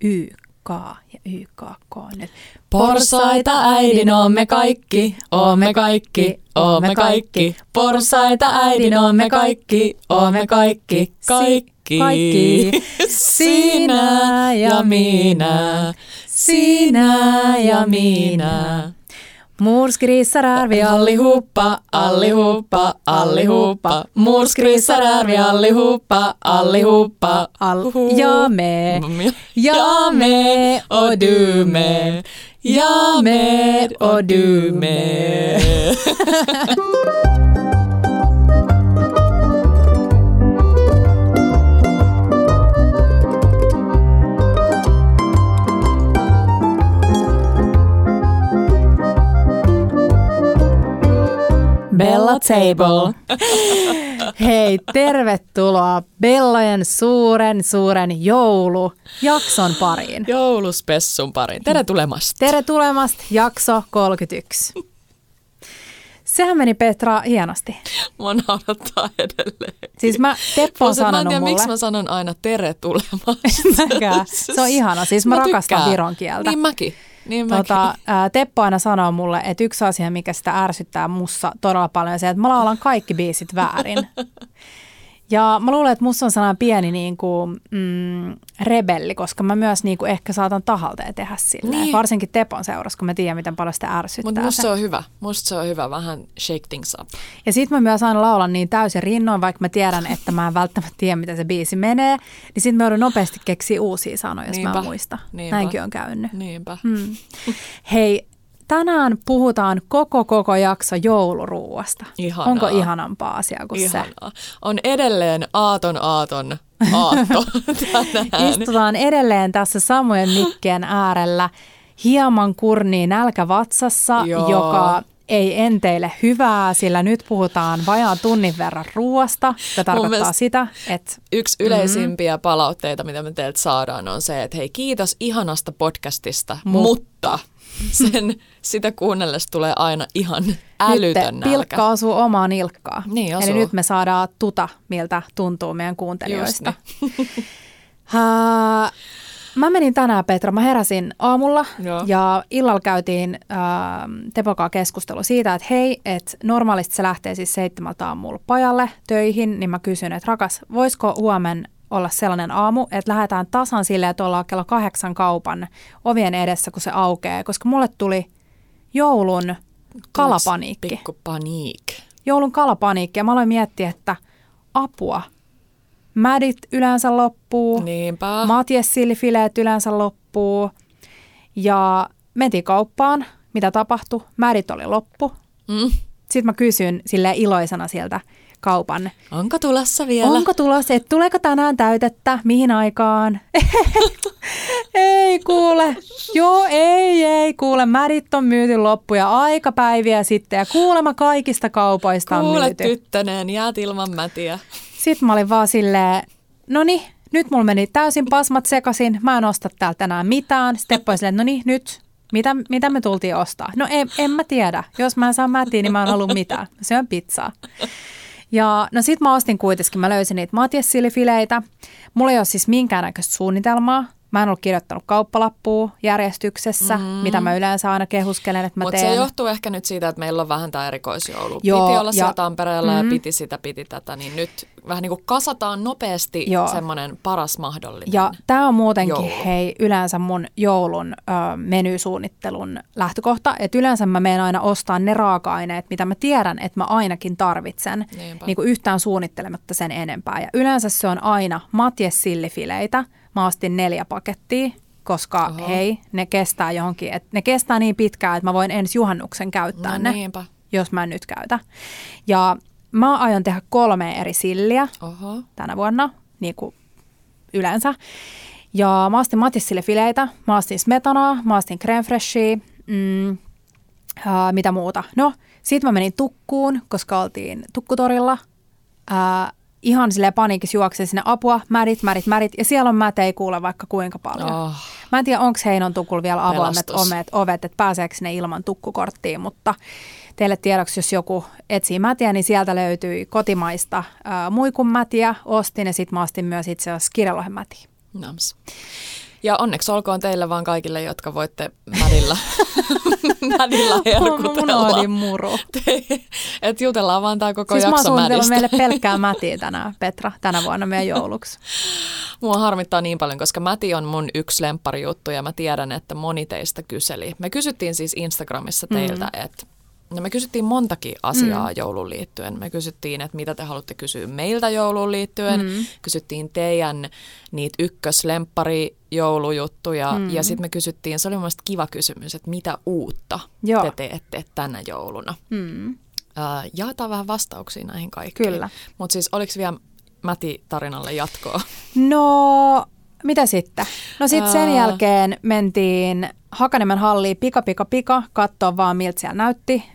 YK ja YKK nyt. Porsaita äidin oomme kaikki, oomme kaikki, oomme kaikki. Porsaita äidin oomme kaikki, oomme kaikki, kaikki. Sinä ja minä, sinä ja minä. Mursgrisarärvi Allihuppa, allihuppa, allihuppa. Mursgrisarärvi allihuppa, allihuppa. ja me, och du med. Jag med och du med. Bella Table. Hei, tervetuloa Bellajen suuren joulujakson pariin. Jouluspessun pariin. Tere tulemasta. Tere tulemasta, jakso 31. Sehän meni, Petra, hienosti. Mua naurattaa edelleen. Siis Teppo on sanonut mulle. Miksi mä sanon aina tere tulemasta. Mäkään. Se on ihana. Siis mä rakastan viron kieltä. Niin mäkin. Teppo aina sanoo mulle, että yksi asia, mikä sitä ärsyttää mussa todella paljon, on se, että mä laulan kaikki biisit väärin. Ja mä luulen, että musta on sellainen pieni niin kuin, rebelli, koska mä myös niin kuin, ehkä saatan tahalteen tehdä silleen. Niin. Varsinkin Tepon seurassa, kun mä tiedän, miten paljon sitä ärsyttää. Mutta musta se on hyvä. Musta se on hyvä vähän shake things up. Ja sit mä myös aina laulan niin täysin rinnoin, vaikka mä tiedän, että mä en välttämättä tiedä, miten se biisi menee. Niin sit mä joudun nopeasti keksiä uusia sanoja, jos mä en muista. Näinkin on käynyt. Niinpä. Hei. Tänään puhutaan koko jakso jouluruuasta. Ihanaa. Onko ihanampaa asiaa kuin ihanaa. se? On edelleen aaton aatto tänään. Istutaan edelleen tässä samojen mikkien äärellä. Hieman kurnii nälkä vatsassa, joka ei enteille hyvää, sillä nyt puhutaan vajaan tunnin verran ruuasta. Se tarkoittaa sitä, että yksi yleisimpiä palautteita, mitä me teiltä saadaan, on se, että hei, kiitos ihanasta podcastista, mutta sitä kuunnellessa tulee aina ihan älytön nälkä. Pilkka osuu omaan nilkkaan. Niin osuu. Eli nyt me saadaan miltä tuntuu meidän kuuntelijoista. Mä menin tänään, Petra, mä heräsin aamulla ja illalla käytiin Tepokaa keskustelu siitä, että hei, että normaalisti se lähtee siis 7 aamulla pajalle töihin, niin mä kysyin, että rakas, voisiko huomen olla sellainen aamu, että lähdetään tasan silleen, että ollaan kello 8 kaupan ovien edessä, kun se aukeaa, koska mulle tuli joulun kalapaniikki. Pikku paniik. Joulun kalapaniikki ja mä aloin miettiä, että apua. Mädit yleensä loppuu. Niinpä. Matjessillifileet yleensä loppuu. Ja mentiin kauppaan. Mitä tapahtui? Mädit oli loppu. Sitten mä kysyin silleen iloisena sieltä kaupan. Onko tulossa vielä? Onko tulossa? Et tuleeko tänään täytettä? Mihin aikaan? Ei kuule. Joo, ei kuule. Mädit on myyty loppuja aikapäiviä sitten ja kuulemma kaikista kaupoista on kuule, myyty. Kuule tyttönen, jäät ilman mätiä. Sitten mä olin vaan silleen, noniin, nyt mulla meni täysin pasmat sekaisin. Mä en osta täältä tänään mitään. Sitten Teppo oli silleen, noniin, nyt. Mitä me tultiin ostaa? No en mä tiedä. Jos mä en saa mätiä, niin mä en halua mitään. Mä syön pizzaa. Ja no sit mä ostin kuitenkin, mä löysin niitä matjessillifileitä. Mulla ei ole siis minkäännäköistä suunnitelmaa. Mä en ollut kirjoittanut kauppalappua järjestyksessä, mitä mä yleensä aina kehuskelen, että mä teen. Mutta se johtuu ehkä nyt siitä, että meillä on vähän tämä erikoisjoulu. Piti olla siellä Tampereella ja piti tätä, niin nyt vähän niin kuin kasataan nopeasti semmoinen paras mahdollinen. Ja tämä on muutenkin, joulu. hei, yleensä mun joulun menysuunnittelun lähtökohta, että yleensä mä menen aina ostaa ne raaka-aineet, mitä mä tiedän, että mä ainakin tarvitsen, niin kuin yhtään suunnittelematta sen enempää. Ja yleensä se on aina matjessillifileitä. Mä ostin 4 pakettia, koska hei, ne kestää johonkin, ne kestää niin pitkään, että mä voin ensi juhannuksen käyttää ne, jos mä en nyt käytä. Ja mä aion tehdä 3 eri silliä tänä vuonna, niin kuin yleensä. Ja mä ostin matjessillifileitä, mä ostin smetanaa, mä ostin crème fraichea, mitä muuta. No, sit mä menin tukkuun, koska oltiin tukkutorilla. Ihan silleen paniikissa juoksee sinne apua, märit, ja siellä on mätei kuule vaikka kuinka paljon. Mä en tiedä, onko Heinon tukulla vielä avoimet ovet, että pääseekö ne ilman tukkukorttia, mutta teille tiedoksi, jos joku etsii mätiä, niin sieltä löytyi kotimaista muikunmätiä, ostin ja sitten mä ostin myös itse asiassa kirjalohen mätiä. Nams. Ja onneksi olkoon teille vaan kaikille, jotka voitte mädillä herkutella. Mun muru. Että jutellaan vaan tää koko siis jakso mädistä. Siis mä meille pelkkää mätiä tänään, Petra, tänä vuonna meidän jouluksi. Mua harmittaa niin paljon, koska mäti on mun yksi lempparijuttu ja mä tiedän, että moni teistä kyseli. Me kysyttiin siis Instagramissa teiltä, että me kysyttiin montakin asiaa jouluun liittyen. Me kysyttiin, että mitä te haluatte kysyä meiltä jouluun liittyen. Kysyttiin teidän niitä ykköslempparijoulujuttuja. Ja sitten me kysyttiin, se oli mun mielestä kiva kysymys, että mitä uutta te teette tänä jouluna. Jaetaan vähän vastauksia näihin kaikkiin. Kyllä. Mutta siis oliko vielä Mäti-tarinalle jatkoa? No, mitä sitten? No sitten sen jälkeen mentiin Hakaniemen halliin pika katsoa vaan miltä siellä näytti.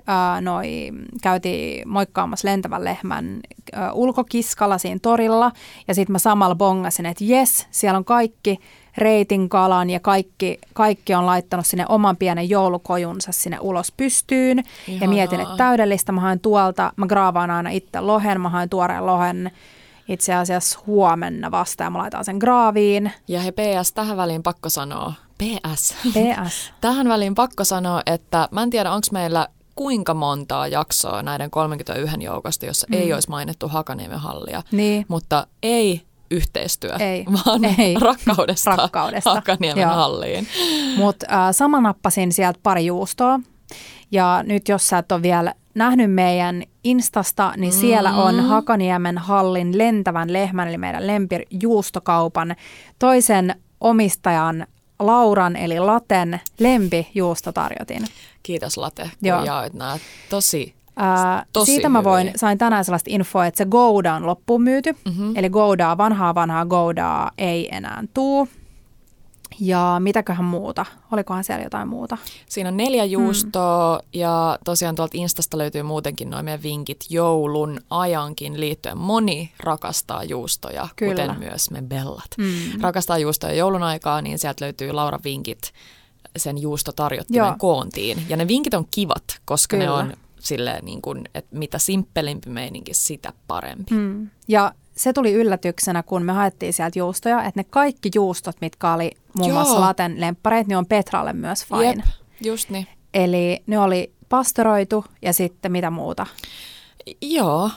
Käytiin moikkaamassa lentävän lehmän ulkokiskalla siinä torilla ja sitten mä samalla bongasin, että jes, siellä on kaikki reitin kalan ja kaikki on laittanut sinne oman pienen joulukojunsa sinne ulos pystyyn. Ihanaa. Ja mietin, että täydellistä. Mä haen tuolta, mä graavaan aina itse lohen, mä haen tuoreen lohen itse asiassa huomenna vasta ja mä laitan sen graaviin. Ja he PS, tähän väliin pakko sanoa. PS. Tähän väliin pakko sanoa, että mä en tiedä, onko meillä kuinka montaa jaksoa näiden 31 joukosta, jossa ei olisi mainittu Hakaniemen hallia. Niin. Mutta ei yhteistyö, vaan rakkaudesta Hakaniemen halliin. Mutta sama nappasin sieltä pari juustoa. Ja nyt jos sä et ole vielä nähnyt meidän Instasta, niin siellä on Hakaniemen hallin lentävän lehmän, eli meidän lempijuustokaupan toisen omistajan Lauran eli Laten lempijuustotarjotin. Kiitos Late, kun jaoit nämä tosi siitä mä sain tänään sellaista infoa, että se Gouda on loppuun myyty. Eli vanhaa Goudaa ei enää tuu. Ja mitäköhän muuta? Olikohan siellä jotain muuta? Siinä on 4 juustoa ja tosiaan tuolta Instasta löytyy muutenkin noin meidän vinkit joulun ajankin liittyen. Moni rakastaa juustoja, kuten myös me bellat. Rakastaa juustoja joulun aikaa, niin sieltä löytyy Lauran vinkit sen juustotarjottimen koontiin. Ja ne vinkit on kivat, koska ne on silleen niin kuin, että mitä simppelimpi meininki, sitä parempi. Ja se tuli yllätyksenä, kun me haettiin sieltä juustoja, että ne kaikki juustot, mitkä oli muun muassa Laten lemppareita, niin on Petralle myös fine. Jep, just niin. Eli ne oli pastoroitu ja sitten mitä muuta? Joo.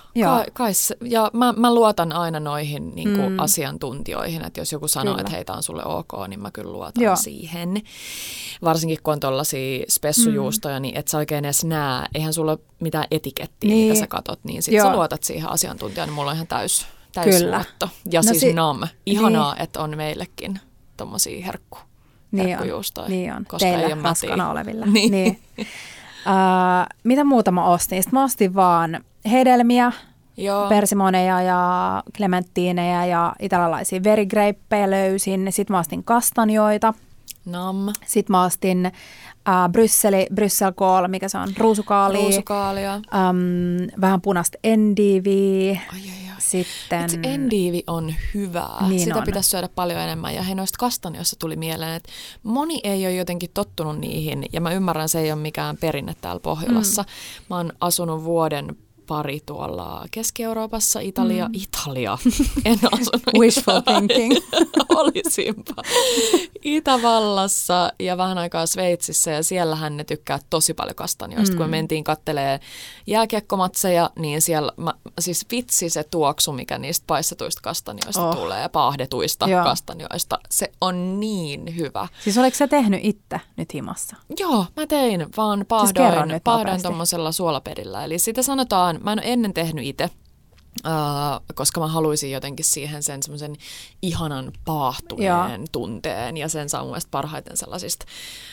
Ja mä luotan aina noihin niin kuin asiantuntijoihin, että jos joku sanoo, että hei, tää on sulle ok, niin mä kyllä luotan siihen. Varsinkin kun on tollaisia spessujuustoja, niin et sä oikein edes näe, eihän sulla ole mitään etikettiä, mitä sä katot, niin sit sä luotat siihen asiantuntijaan, niin mulla on ihan täys luotto. Ja no siis ihanaa, että on meillekin tommosia herkkujuustoja. Niin on, koska teille ei ole raskana oleville. Niin. Mitä muuta mä ostin? Sitten mä ostin vaan hedelmiä, persimoneja ja klementtiinejä ja italialaisia verigreippejä löysin. Sitten mä ostin kastanjoita. Sitten mä ostin Brysselkål, mikä se on, ruusukaalia. Vähän punaista endiviä. Sitten endivi on hyvää. Niin sitä on. Pitäisi syödä paljon enemmän. Ja noista kastanjoista tuli mieleen, että moni ei ole jotenkin tottunut niihin. Ja mä ymmärrän, se ei ole mikään perinne täällä Pohjolassa. Mä oon asunut vuoden pari tuolla Keski-Euroopassa, Italia. En asunut wishful thinking. Olisinpa. Itävallassa ja vähän aikaa Sveitsissä ja siellähän ne tykkää tosi paljon kastanjoista. Kun me mentiin kattelemaan jääkiekkomatseja, niin siellä, siis vitsi se tuoksu, mikä niistä paistatuista kastanjoista tulee, paahdetuista kastanjoista, se on niin hyvä. Siis oliko sä tehnyt itse nyt himassa? Joo, mä tein, vaan paahdoin tommosella suolapedillä. Eli sitä sanotaan, mä en ole ennen tehnyt itse, koska mä haluaisin jotenkin siihen sen semmoisen ihanan paahtuneen tunteen ja sen saa mun mielestä parhaiten sellaisista,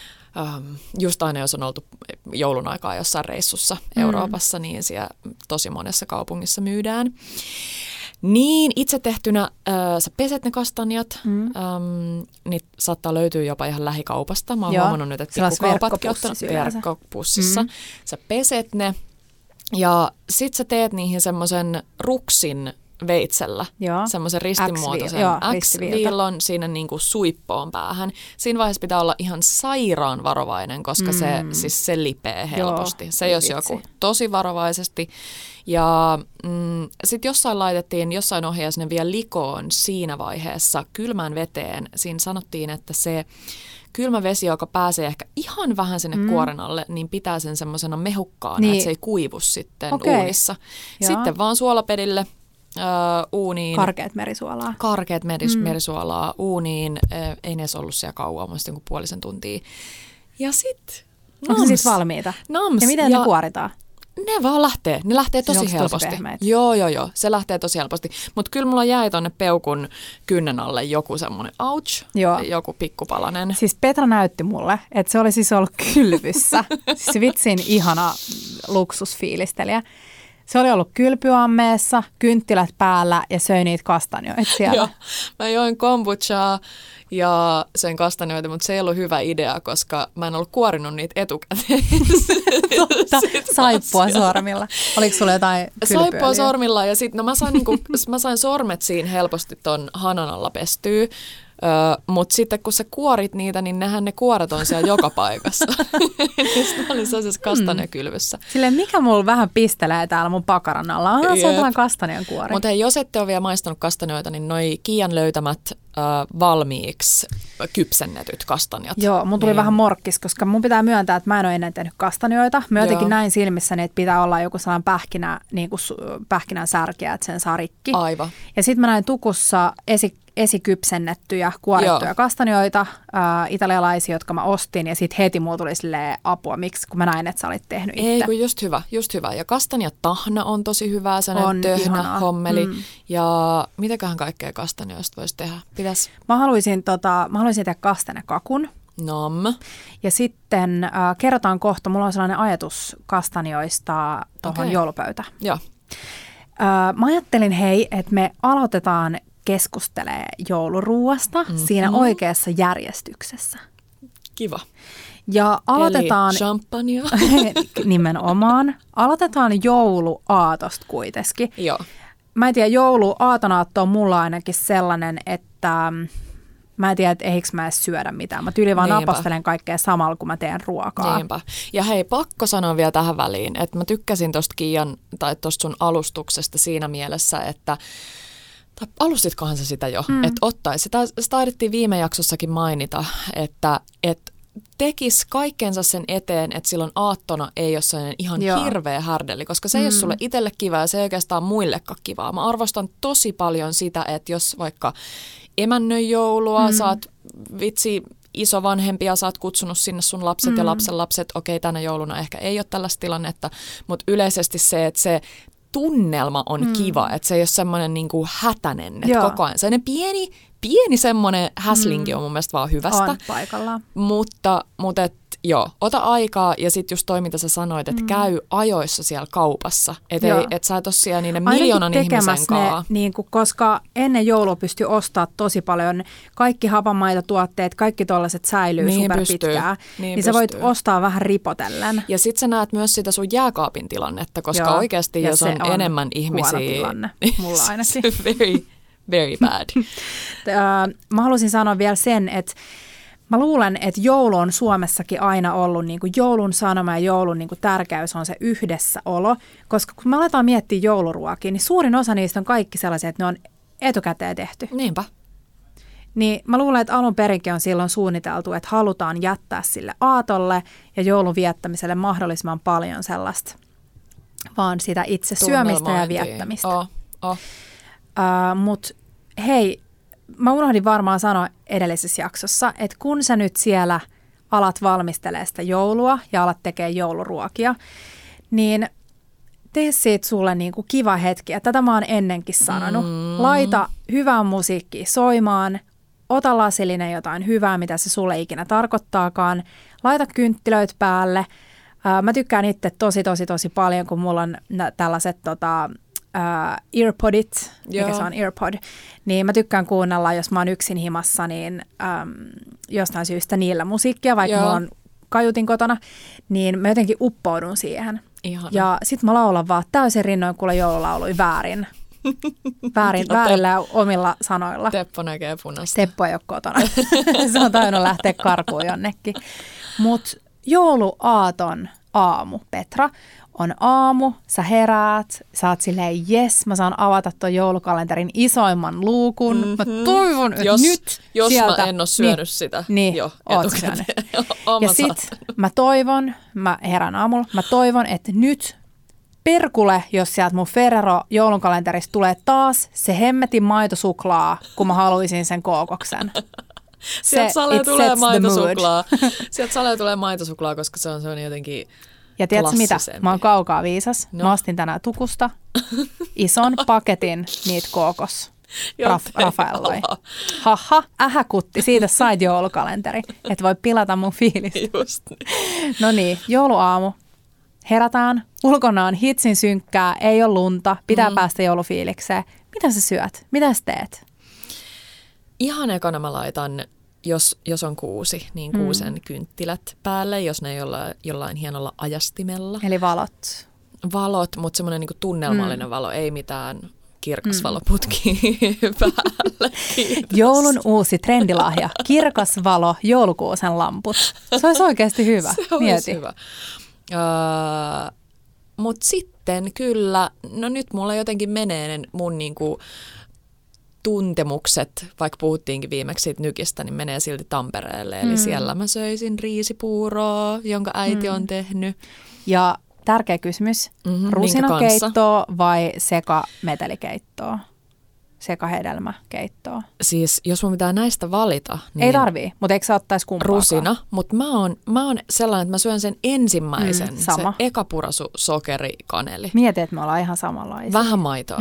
just aina jos on oltu joulun aikaa jossain reissussa Euroopassa, niin siellä tosi monessa kaupungissa myydään. Niin, itse tehtynä sä peset ne kastanjat, niitä saattaa löytyä jopa ihan lähikaupasta. Mä oon huomannut nyt, että pikkukaupatkin ottanut verkkopussissa. Sä peset ne ja sit sä teet niihin semmoisen ruksin veitsellä semmoisen ristinmuotoisen X-viillon siinä niin kuin suippoon päähän. Siinä vaiheessa pitää olla ihan sairaan varovainen, koska se lipee helposti. Se jos joku tosi varovaisesti. Ja sitten jossain ohjeessa ne vielä likoon siinä vaiheessa kylmään veteen. Siinä sanottiin, että se kylmä vesi, joka pääsee ehkä ihan vähän sinne kuoren alle, niin pitää sen semmoisena mehukkaana, että se ei kuivu sitten uunissa. Sitten vaan suolapedille uuniin. Karkeat merisuolaa uuniin. Ei ne edes ollut siellä kauan, muista joku puolisen tuntia. Ja sitten onko se sitten valmiita? Ja miten ne kuoritaan? Ne vaan lähtee. Ne lähtee tosi helposti. Joo. Se lähtee tosi helposti. Mutta kyllä mulla jäi tonne peukun kynnen alle joku semmoinen joku pikkupalanen. Siis Petra näytti mulle, että se oli siis ollut kylpyssä. Siis vitsin ihana luksusfiilistelijä. Se oli ollut kylpyammeessa, kynttilät päällä ja söi niitä kastanjoita siellä. Joo, mä join kombuchaa ja söin kastanjoita, mutta se ei ollut hyvä idea, koska mä en ollut kuorinut niitä etukäteen. Totta, saippua sormilla. Oliko sulla jotain kylpyä? Saippua sormilla ja sitten mä sain sormet siinä helposti ton hanan alla pestyä. Mutta sitten kun sä kuorit niitä, niin ne kuoret on siellä joka paikassa. Sitten mä olin sellaisessa kastanjakylvyssä. Silleen mikä mulla vähän pistelee täällä mun pakaran alla? Se on tällainen kastanjan kuori. Mutta hei, jos ette ole vielä maistanut kastanjoita, niin noi Kiian löytämät valmiiksi kypsennetyt kastanjat. Joo, mun tuli vähän morkkis, koska mun pitää myöntää, että mä en ole ennen tehnyt kastanjoita. Mä jotenkin näin silmissäni, että pitää olla joku sellainen pähkinän särkeä, että sen saa rikki. Aivan. Ja sitten mä näin tukussa esikypsennettyjä, kuorittuja kastanjoita, italialaisia, jotka mä ostin, ja sitten heti mulla tuli silleen apua, miksi, kun mä näin, että sä olit tehnyt itse. Ei, kun just hyvä. Ja kastanjatahna on tosi hyvää, sellainen töhnä hommeli. Ja mitäköhän kaikkea kastanjoista voisi tehdä? Mä haluaisin tehdä kastanjakakun. Nom. Ja sitten kerrotaan kohta, mulla on sellainen ajatus kastanjoista tuohon joulupöytään. Joo. Mä ajattelin, että me aloitetaan keskustelee jouluruuasta siinä oikeassa järjestyksessä. Kiva. Ja aloitetaan... Eli champagnea. Nimenomaan. Aloitetaan jouluaatosta kuitenkin. Joo. Mä en tiedä, aatonaatto on mulla ainakin sellainen, että mä en tiedä, että eikö mä edes syödä mitään. Mä tyyli vaan napostelen kaikkea samalla, kun mä teen ruokaa. Niinpä. Ja hei, pakko sanoa vielä tähän väliin, että mä tykkäsin tosta Kiian tai tosta sun alustuksesta siinä mielessä, että tai alustitkohan sä sitä jo, että ottaisi. Sitä taidettiin viime jaksossakin mainita, että tekisi kaikkeensa sen eteen, että silloin aattona ei ole sellainen ihan hirveä härdelli, koska se ei ole sulle itselle kivaa ja se ei oikeastaan muillekaan kivaa. Mä arvostan tosi paljon sitä, että jos vaikka emännöi joulua, saat isovanhempia, sä oot kutsunut sinne sun lapset ja lapsenlapset, okei, tänä jouluna ehkä ei ole tällaista tilannetta, mutta yleisesti se, että se tunnelma on kiva, että se ei ole semmoinen niinku hätäinen, että koko ajan. Sellainen pieni semmoinen häslinki on mun mielestä vaan hyvästä. On paikallaan. Mutta ota aikaa ja sitten just toi, mitä sä sanoit, että käy ajoissa siellä kaupassa. Että sä et ole siellä niiden miljoonan ihmisen kanssa. Koska ennen joulua pystyy ostamaan tosi paljon. Kaikki hapanmaitotuotteet, kaikki tollaiset säilyy superpitkään. Niin sä voit ostaa vähän ripotellen. Ja sit sä näet myös sitä sun jääkaapin tilannetta, koska oikeasti jos on enemmän ihmisiä... tilanne, mulla ainakin. Very bad. Mä haluaisin sanoa vielä sen, että mä luulen, että joulu on Suomessakin aina ollut niin kuin joulun sanoma ja joulun niin kuin tärkeys on se yhdessäolo, koska kun me aletaan miettiä jouluruokia, niin suurin osa niistä on kaikki sellaisia, että ne on etukäteen tehty. Niinpä. Niin mä luulen, että alun perinkin on silloin suunniteltu, että halutaan jättää sille aatolle ja joulun viettämiselle mahdollisimman paljon sellaista, vaan sitä itse syömistä ja viettämistä. Mutta hei, mä unohdin varmaan sanoa edellisessä jaksossa, että kun sä nyt siellä alat valmistelemaan sitä joulua ja alat tekemään jouluruokia, niin tee siitä sulle niinku kiva hetki. Ja tätä mä oon ennenkin sanonut. Laita hyvää musiikkia soimaan, ota lasillinen jotain hyvää, mitä se sulle ikinä tarkoittaakaan. Laita kynttilöitä päälle. Mä tykkään itse tosi paljon, kun mulla on tällaiset earpodit, mikä se on earpod, niin mä tykkään kuunnella, jos mä oon yksin himassa, niin jostain syystä niillä musiikkia, vaikka mulla on kaiutin kotona, niin mä jotenkin uppoudun siihen. Ihana. Ja sit mä laulan vaan täysin rinnoin kuule joululauluja väärin. väärillä omilla sanoilla. Teppo näkee punaista. Teppo ei ole kotona. Se on tainnut lähteä karkuun jonnekin. Mutta jouluaaton aamu, Petra, on aamu, sä heräät, sä oot silleen, jes, mä saan avata ton joulukalenterin isoimman luukun. Mä toivon, että nyt jos sieltä... mä en ole syönyt sitä jo etukäteen. Ja sit mä herään aamulla, mä toivon, että nyt perkule, jos sieltä mun Ferrero joulukalenterista tulee taas se hemmetin maitosuklaa, kun mä haluaisin sen kookoksen. Sieltä salee tulee maitosuklaa. Sieltä salee tulee maitosuklaa, koska se on jotenkin ja tiedätkö mitä? Mä oon kaukaa viisas. No. Mä ostin tänään Tukusta ison paketin niitä kookos. Rafaelloi. Haha, ähäkutti, siitä sait joulukalenteri. Et voi pilata mun fiilistä. Just niin. No niin, jouluaamu. Herätään, ulkona on hitsin synkkää, ei ole lunta, pitää päästä joulufiilikseen. Mitä sä syöt? Mitä sä teet? Ihan ekana mä laitan, jos on kuusi, niin kuusen kynttilät päälle, jos ne ei ole jollain hienolla ajastimella. Eli valot. Valot, mutta semmoinen niinku tunnelmallinen valo, ei mitään kirkas valoputki päälle. Kiitos. Joulun uusi trendilahja, kirkas valo, joulukuusen lamput. Se olisi oikeasti hyvä. Se olisi hyvä. Mutta sitten kyllä, no nyt mulla jotenkin menee mun niinku tuntemukset, vaikka puhuttiinkin viimeksi siitä nykistä, niin menee silti Tampereelle. Eli siellä mä söisin riisipuuroa, jonka äiti on tehnyt. Ja tärkeä kysymys, rusinakeittoa vai sekametelikeittoa? Sekahedelmäkeittoa? Siis jos mun pitää näistä valita. Niin ei tarvii, mutta eikö sä ottaisi kumpaakaan? Rusina, mutta mä oon sellainen, että mä syön sen ensimmäisen, se ekapurasu sokerikaneli. Mietin, että me ollaan ihan samanlaisia. Vähän maitoa.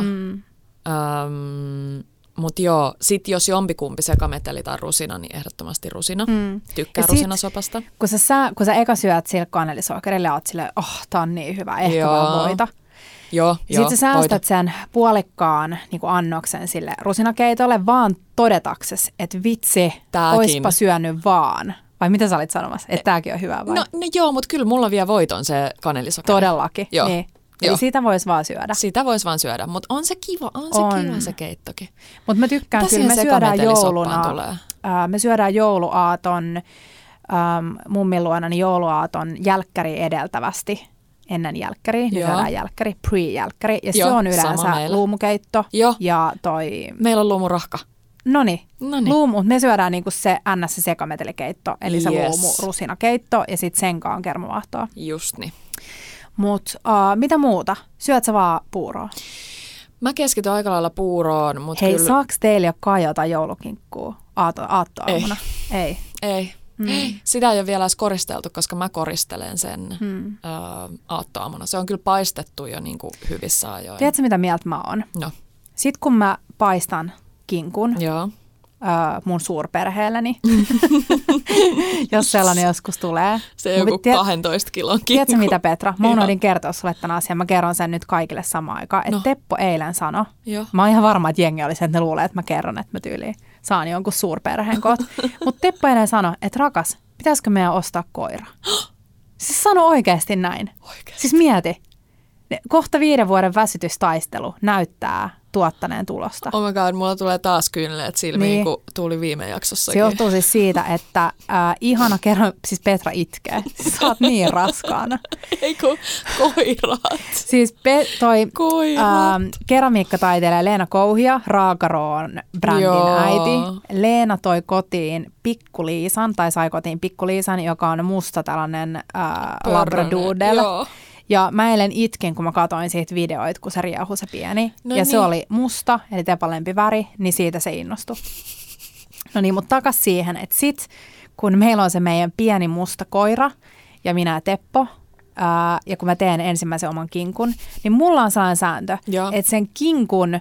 Mutta joo, sit jos jompikumpi sekameteli tai rusina, niin ehdottomasti rusina. Tykkää rusinasopasta. Kun sä eka syöt sille kanelisokerille, oot silleen, tää on niin hyvä, ehkä vaan voita. Sitten sä säästät sen puolikkaan niin kuin annoksen sille rusinakeitolle vaan todetaksesi, että vitsi, oispa syönyt vaan. Vai mitä sä olit sanomassa, että tääkin on hyvä vai? No joo, mutta kyllä mulla vie voiton se kanelisokeri. Todellakin, niin. Eli sitä voisi vaan syödä. Sitä voisi vaan syödä, mutta on se kiva se keittokin. Mutta mä tykkään, mitä kyllä me syödään jouluna. Me syödään jouluaaton, mummin luona niin jouluaaton jälkkäri edeltävästi. Ennen jälkkäriä, niin syödään jälkkäri, pre-jälkkäri. Ja se on yleensä luumukeitto. Ja meillä on luumurahka. Noniin. Luumu, me syödään niinku se sekametelikeitto, eli se luumu-rusinakeitto, ja sitten senkaan on kermavahtoa. Just niin. Mutta mitä muuta? Syöt sä vaan puuroa? Mä keskityn aika lailla puuroon, mutta hei, saaks teille jo kajota joulukinkkuu aattoaamuna? Ei. Sitä ei ole vielä edes koristeltu, koska mä koristelen sen aattoaamuna. Se on kyllä paistettu jo niin kuin hyvissä ajoin. Tiedätkö, mitä mieltä mä oon? No. Sitten kun mä paistan kinkun mun suurperheelleni, jos sellainen joskus tulee. Se on joku 12 kilon kinkku. Tiedätkö mitä, Petra? Mä unohdin kertoa sulle tämän asian. Mä kerron sen nyt kaikille samaan aikaan. Että Teppo eilen sanoi. Mä oon ihan varma, että jengi oli se, että ne luulee, että mä kerron, että mä tyyliin saan jonkun suurperheen koot. Mutta Teppo eilen sanoi, että rakas, pitäisikö meidän ostaa koira? Siis sano oikeasti näin. Siis mieti. Kohta 5 vuoden väsytystaistelu näyttää tuottaneen tulosta. Oh my god, mulla tulee taas kyyneleet silmiin, niin. Kun tuli viime jaksossakin. Se johtuu siis siitä, että ihana kerran, siis Petra itkee. Sä oot niin raskaana. Eikö koirat? Siis keramiikkataiteilija Leena Kouhia, Raakaroon brändin äiti. Leena toi kotiin Pikkuliisan, tai sai kotiin Pikkuliisan, joka on musta tällainen labradoodle. Ja mä eilen itkin, kun mä katsoin siitä videoita, kun se riehui se pieni. No ja niin. Se oli musta, eli Tepan lempiväri, niin siitä se innostui. No niin, mutta takas siihen, että sit kun meillä on se meidän pieni musta koira ja minä ja Teppo, ja kun mä teen ensimmäisen oman kinkun, niin mulla on sellainen sääntö, että sen kinkun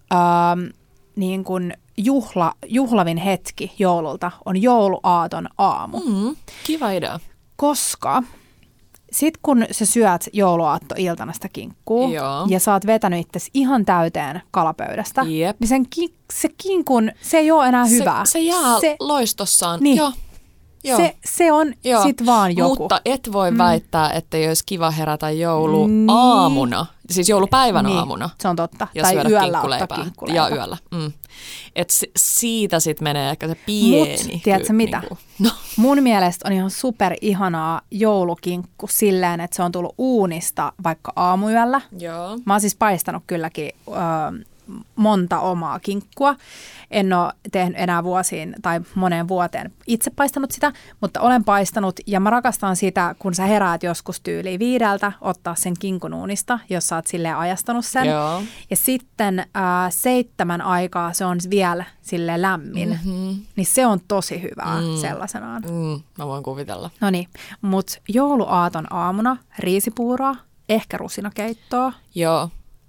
niin kun juhlavin hetki joululta on jouluaaton aamu. Kiva idea. Koska sitten kun sä syöt jouluaattoiltana sitä kinkkuu ja sä oot vetänyt itsesi ihan täyteen kalapöydästä, niin se kinkun, se ei ole enää hyvää. Se jää loistossaan. Niin. Joo. Se on sit vaan joku. Mutta et voi väittää, että ei olisi kiva herätä jouluaamuna, siis joulupäivän aamuna. Se on totta. Ja tai syödä yöllä ottaa kinkkuleipää. Ja yöllä. Et siitä sitten menee ehkä se pieni. Mut, tiedätkö mitä? Niinku, no. Mun mielestä on ihan super ihanaa joulukinkku silleen, että se on tullut uunista vaikka aamuyöllä. Joo. Mä oon siis paistanut kylläkin monta omaa kinkkua. En ole tehnyt enää vuosiin tai moneen vuoteen itse paistanut sitä, mutta olen paistanut ja mä rakastan sitä, kun sä heräät joskus tyyliin 5, ottaa sen kinkun uunista, jos sä oot silleen ajastanut sen. Joo. Ja sitten 7 aikaa se on vielä silleen lämmin, niin se on tosi hyvää sellaisenaan. Mä voin kuvitella. Noniin, mutta jouluaaton aamuna riisipuuroa, ehkä rusinakeittoa. Joo,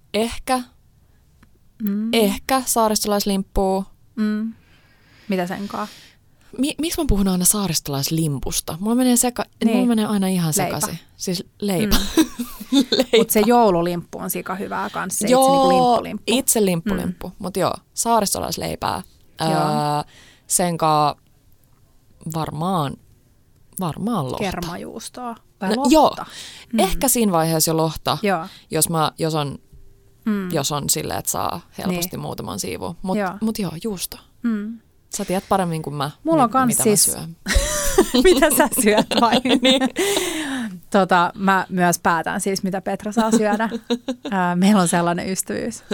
ehkä saaristolaislimppua. Mitä senkaan? Miksi mä puhun aina saaristolaislimpusta? Mulla menee aina ihan sekaisin. Siis leipä. Mutta se joululimppu on sika hyvää kanssa. Itse limppulimppu. Mutta joo, saaristolaisleipää. Senkaan varmaan lohta. Kermajuustoa vai lohta? Joo, ehkä siinä vaiheessa jo lohta, jos on silleen, että saa helposti muutaman siivun. Mutta joo, juusto. Sä tiedät paremmin kuin mä, mulla on mitä siis mä syön. Mitä sä syöt vai? Niin. Mä myös päätän siis, mitä Petra saa syödä. Meillä on sellainen ystävyys.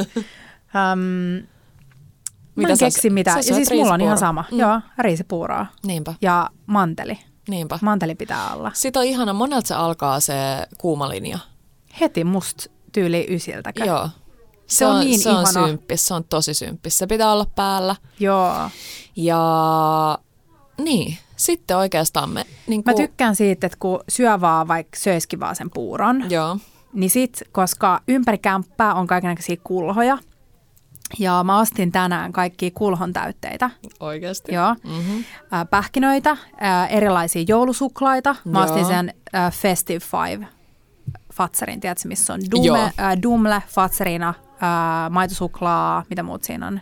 Mä en keksi mitä. Ja siis mulla on ihan sama. Joo, riisipuuroa. Niinpä. Ja manteli. Niinpä. Manteli pitää olla. Sitten on ihana, monelta se alkaa se kuuma linja. Heti musta tyyli 9. Joo. Se on niin se ihana. On symppis, se on tosi symppis. Se pitää olla päällä. Joo. Ja niin, sitten oikeastaan mä tykkään siitä, että kun syö vaan vaikka söisikin vaan sen puuron, niin sit, koska ympäri kämppää on kaikenlaisia kulhoja, ja mä ostin tänään kaikkia kulhon täytteitä. Oikeasti? Joo. Pähkinöitä, erilaisia joulusuklaita. Mä ostin sen Festive 5 Fatserin, tiedätkö missä on Dumle, Fatserina, maitosuklaa, mitä muut siinä on?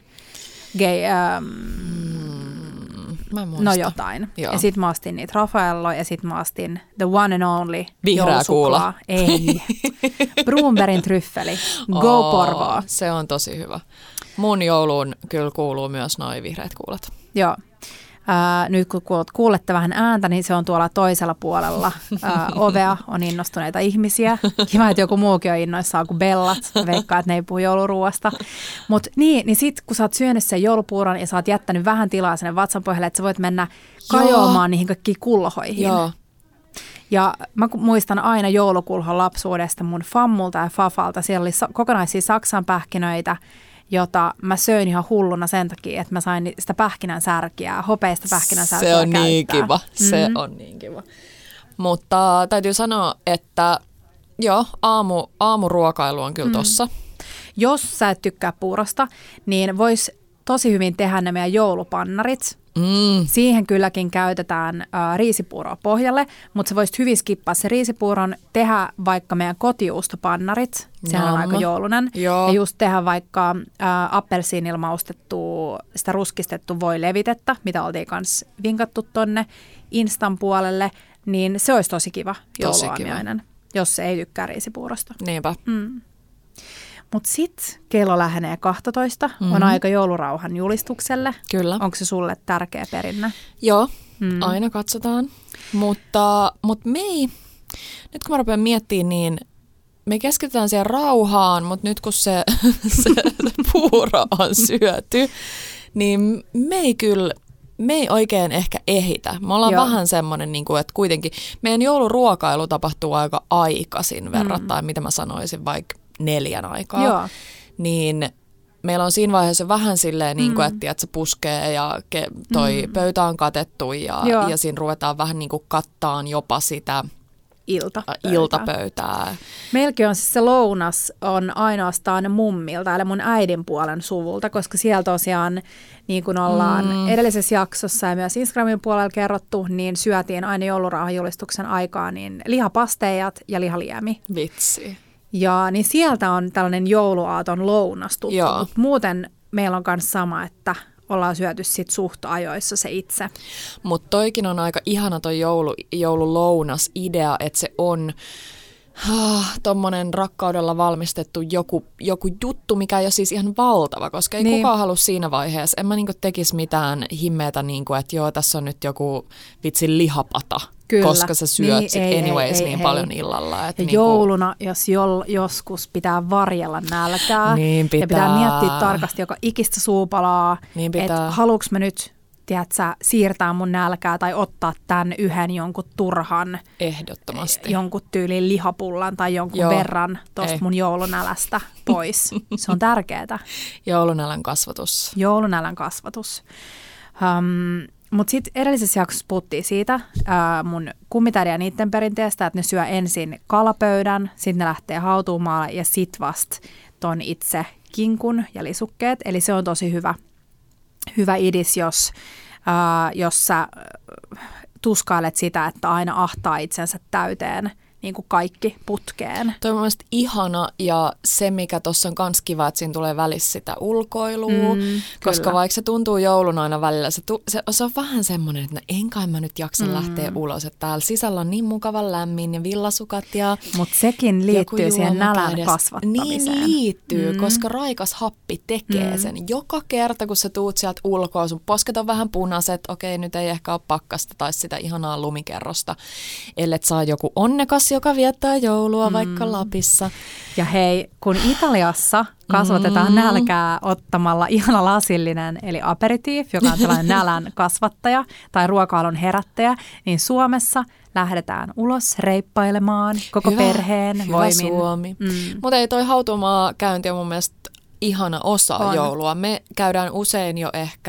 No jotain. Joo. Ja sit mä ostin niitä Raffaello ja sit mä ostin the one and only vihreä kuula. Ei. Brunbergin tryffeli. Go Porvoo. Se on tosi hyvä. Mun jouluun kyllä kuuluu myös noi vihreät kuulat. Joo. Nyt kun kuulette vähän ääntä, niin se on tuolla toisella puolella ovea. On innostuneita ihmisiä. Kiva, että joku muukin on innoissaan kuin Bellat. Veikkaa, että ne ei puhu jouluruuasta. Mutta niin sit kun sä oot syönyt sen joulupuuron ja sä oot jättänyt vähän tilaa sinne vatsan pohjalle, että sä voit mennä kajoamaan niihin kaikkiin kulhoihin. Joo. Ja mä muistan aina joulukulhon lapsuudesta mun fammulta ja fafalta. Siellä oli kokonaisia Saksan pähkinöitä, jota mä söin ihan hulluna sen takia, että mä sain sitä pähkinän särkiä, hopeista pähkinän särkiä Se on käyttää. Niin kiva, se on niin kiva. Mutta täytyy sanoa, että joo, aamuruokailu on kyllä tossa. Jos sä et tykkää puurosta, niin vois tosi hyvin tehdä ne meidän joulupannarit. Siihen kylläkin käytetään riisipuuroa pohjalle, mutta sä voisit hyvin skippaa se riisipuuron, tehdä vaikka meidän kotijuustopannarit, sehän on aika joulunen, ja just tehdä vaikka appelsiinilla maustettua, sitä ruskistettua voilevitettä, mitä oltiin kanssa vinkattu tonne Instan puolelle, niin se olisi tosi kiva jouluaamiainen, jos se ei tykkää riisipuurosta. Niinpä. Mutta sitten kello lähenee 12, on aika joulurauhan julistukselle. Kyllä. Onko se sulle tärkeä perinne? Joo, aina katsotaan. Mutta me ei, nyt kun mä rupean miettimään, niin me keskitytään siihen rauhaan, mutta nyt kun se puuro on syöty, niin me ei oikein ehkä ehitä. Me ollaan vähän semmoinen, että kuitenkin meidän jouluruokailu tapahtuu aika aikaisin verrattain, mitä mä sanoisin, vaikka 4 aikaa. Joo. Niin meillä on siinä vaiheessa vähän silleen, että se puskee ja toi pöytä on katettu ja siinä ruvetaan vähän kattaan jopa sitä iltapöytää. Meilläkin on siis se lounas on ainoastaan mummilta, eli mun äidin puolen suvulta, koska siellä tosiaan, niin kuin ollaan edellisessä jaksossa ja myös Instagramin puolella kerrottu, niin syötiin aina joulurauhajulistuksen aikaa niin lihapasteijat ja lihaliemi. Vitsi. Ja niin sieltä on tällainen jouluaaton lounas tuttu, mutta muuten meillä on myös sama, että ollaan syöty sit suht ajoissa se itse. Mutta toikin on aika ihana toi joululounas idea, että se on tommonen rakkaudella valmistettu joku juttu, mikä ei ole siis ihan valtava, koska ei kukaan halua siinä vaiheessa. En mä niinku tekisi mitään himmeetä, niinku, että joo, tässä on nyt joku vitsin lihapata. Kyllä. Koska sä syöt niin paljon illalla. Että ja jouluna, jos joskus pitää varjella nälkää, niin pitää. Ja pitää miettiä tarkasti joka ikistä suupalaa, niin että haluuks mä nyt, tiedätkö, siirtää mun nälkää tai ottaa tämän yhden jonkun turhan, ehdottomasti, jonkun tyylin lihapullan tai jonkun verran tuosta mun joulunälästä pois. Se on tärkeää. Joulunälän kasvatus. Joulunälän kasvatus. Mutta sitten edellisessä jaksossa puhuttiin siitä mun kummitädi ja niiden perinteestä, että ne syö ensin kalapöydän, sitten ne lähtee hautuumaalle ja sit vasta ton itse kinkun ja lisukkeet. Eli se on tosi hyvä idis, jos sä tuskailet sitä, että aina ahtaa itsensä täyteen niin kuin kaikki putkeen. Toi on mielestäni ihana ja se, mikä tuossa on kans kiva, että siinä tulee välissä sitä ulkoilua, koska vaikka se tuntuu joulun aina välillä, se on vähän semmoinen, että en kai mä nyt jaksa lähteä ulos, että täällä sisällä on niin mukavan lämmin ja villasukat ja mutta sekin liittyy siihen nälän kasvattamiseen. Niin liittyy, koska raikas happi tekee sen. Joka kerta, kun sä tuut sieltä ulkoa, sun posket on vähän punaiset, okei, nyt ei ehkä ole pakkasta tai sitä ihanaa lumikerrosta, ellet saa joku onnekas, joka viettää joulua vaikka Lapissa. Ja hei, kun Italiassa kasvatetaan nälkää ottamalla ihana lasillinen, eli aperitif, joka on sellainen nälän kasvattaja tai ruokailun herättäjä, niin Suomessa lähdetään ulos reippailemaan koko perheen voimin. Hyvä Suomi. Mutta ei toi hautuumaa käynti on mun mielestä ihana osa joulua. Me käydään usein jo ehkä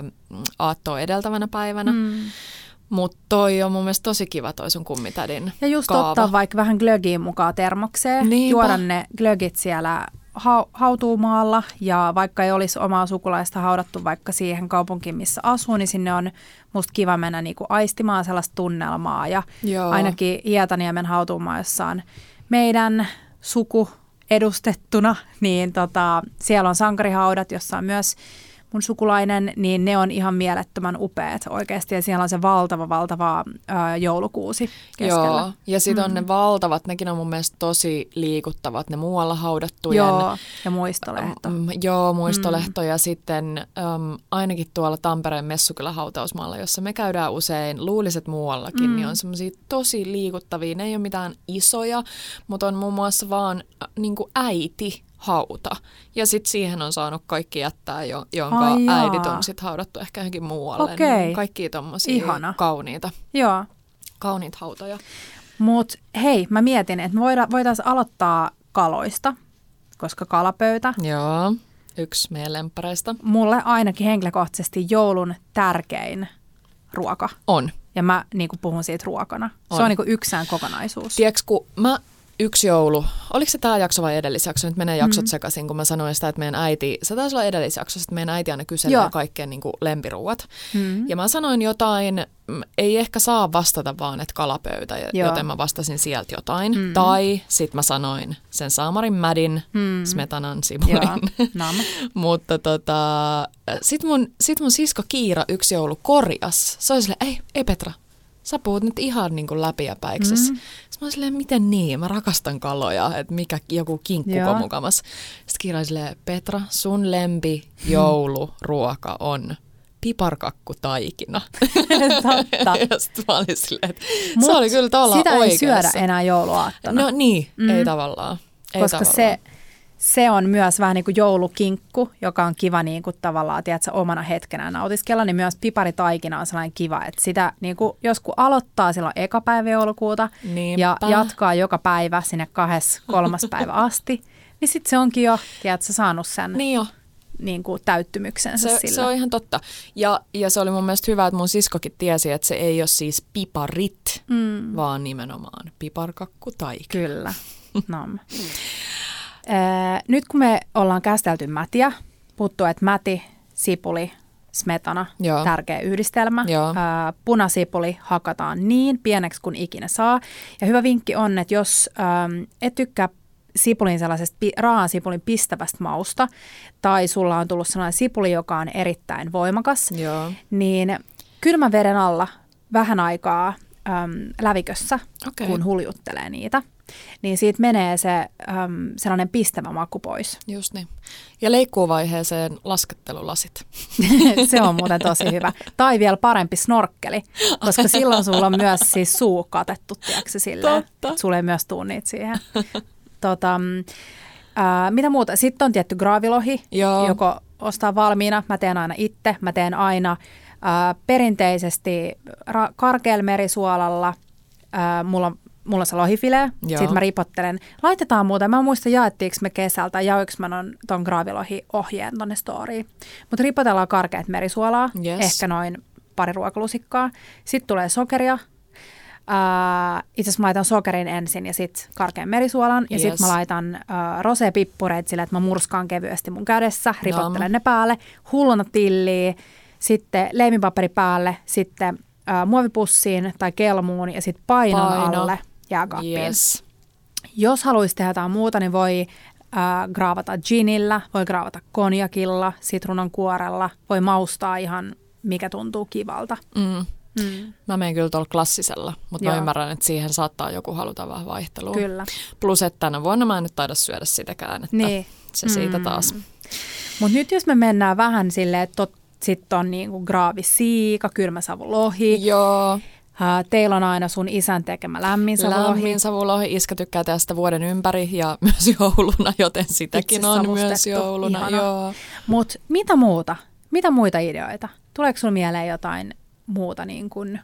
aattoa edeltävänä päivänä. Mutta toi on mun mielestä tosi kiva toi sun kummitädin ja just kaava. Ottaa vaikka vähän glögiä mukaan termokseen, juoda ne glögit siellä hautuumaalla ja vaikka ei olisi omaa sukulaista haudattu vaikka siihen kaupunkiin, missä asuu, niin sinne on musta kiva mennä niinku aistimaan sellaista tunnelmaa ja ainakin Hietaniemen hautuumaa, jossa on meidän suku edustettuna, niin siellä on sankarihaudat, jossa on myös mun sukulainen, niin ne on ihan mielettömän upeat oikeasti. Ja siellä on se valtava joulukuusi keskellä. Joo, ja sitten on ne valtavat, nekin on mun mielestä tosi liikuttavat, ne muualla haudattujen. Joo, ja muistolehto. Muistolehto ja sitten ainakin tuolla Tampereen Messukylä-hautausmaalla, jossa me käydään usein, luuliset muuallakin, niin on semmoisia tosi liikuttavia. Ne ei ole mitään isoja, mutta on muun muassa vaan niin kuin äiti hauta. Ja sitten siihen on saanut kaikki jättää, jonka äidit on sitten haudattu ehkä johonkin muualle. Okei. Niin kaikkia tommosia kauniita. Joo. Kauniita hautoja. Mut hei, mä mietin, että me voitaisiin aloittaa kaloista, koska kalapöytä. Joo, yksi meidän lemppareista. Mulle ainakin henkilökohtaisesti joulun tärkein ruoka. On. Ja mä niinku puhun siitä ruokana. Se on niinku yksään kokonaisuus. Tiedätkö, kun yksi joulu, oliko se tämä jakso vai edellisjakso? Nyt menee jaksot sekaisin, kun mä sanoin sitä, että meidän äiti, se taisi olla edellisjakso, että meidän äiti aina kyselee kaikkien niin kuin lempiruuat. Ja mä sanoin jotain, ei ehkä saa vastata vaan, että kalapöytä, joten mä vastasin sieltä jotain. Tai sit mä sanoin sen saamarin mädin, smetanan, sipulin. Mutta sit mun sisko Kiira yksi joulu korjas. Se oli silleen, ei Petra. Sä puhut nyt ihan niin kuin läpiäpäiksessä. Sitten mä oon silleen, miten niin? Mä rakastan kaloja, että mikä joku kinkkuko mukamas. Sitten Kiira silleen, Petra, sun lempi jouluruoka on piparkakkutaikina. Totta. Ja sitten mä olin silleen, että se oli kyllä tavallaan sitä oikeassa. Sitä ei syödä enää jouluaattona. No niin, ei tavallaan. Koska se on myös vähän niin kuin joulukinkku, joka on kiva niin kuin tavallaan, tiedätkö, omana hetkenään nautiskella, niin myös piparitaikina on sellainen kiva, että sitä niin kuin, jos kun aloittaa silloin eka päivä joulukuuta ja jatkaa joka päivä sinne 2.3. päivä asti, niin sitten se onkin jo, tiedätkö, saanut sen niin kuin täyttymyksensä sillä. Se on ihan totta. Ja se oli mun mielestä hyvä, että mun siskokin tiesi, että se ei ole siis piparit, vaan nimenomaan piparkakkutaikina. Kyllä. No. Nyt kun me ollaan käsitelty mätiä, puhuttu, että mäti, sipuli, smetana, tärkeä yhdistelmä. Punasipuli hakataan niin pieneksi kuin ikinä saa. Ja hyvä vinkki on, että jos et tykkää sipulin sellaisesta raaan sipulin pistävästä mausta, tai sulla on tullut sellainen sipuli, joka on erittäin voimakas, niin kylmän veden alla vähän aikaa lävikössä, kun huljuttelee niitä, niin siitä menee se sellainen pistävä maku pois. Just niin. Ja leikkuvaiheeseen laskettelulasit. Se on muuten tosi hyvä. Tai vielä parempi snorkkeli, koska silloin sulla on myös siis suu katettu, tiedätkö, silleen. Sulla ei myös tuu niitä siihen. Mitä muuta? Sitten on tietty graavilohi, joko ostaa valmiina. Mä teen aina itse. Mä teen aina perinteisesti karkealla merisuolalla. Mulla on se lohifilee, sitten mä ripottelen. Laitetaan muuten, mä en muista jaettiinko me kesältä, jaoinko mä ton graavilohi-ohjeen tonne storyin. Mutta ripotellaan karkeat merisuolaa, ehkä noin 2 ruokalusikkaa. Sitten tulee sokeria. Itse asiassa mä laitan sokerin ensin ja sitten karkean merisuolan. Ja sitten mä laitan rosé-pippureita sillä, että mä murskaan kevyesti mun kädessä, ripottelen ne päälle. Hulluna tilliä, sitten leimipaperi päälle, sitten muovipussiin tai kelmuun ja sitten painon alle jääkaappiin. Yes. Jos haluaisi tehdä jotain muuta, niin voi graavata ginillä, voi graavata konjakilla, sitruunan kuorella, voi maustaa ihan mikä tuntuu kivalta. Mä menen kyllä tuolla klassisella, mutta mä ymmärrän, että siihen saattaa joku haluta vähän vaihtelua. Kyllä. Plus, että tänä vuonna mä en nyt taida syödä sitäkään, että se siitä taas. Mutta nyt jos me mennään vähän silleen, että sitten on niinku graavisiika, kylmäsavulohi. Joo. Teillä on aina sun isän tekemä lämminsavulohi. Lämminsavulohi. Iskä tykkää tästä vuoden ympäri ja myös jouluna, joten sitäkin on myös jouluna. Mutta mitä muuta? Mitä muita ideoita? Tuleeko sulla mieleen jotain muuta niin kuin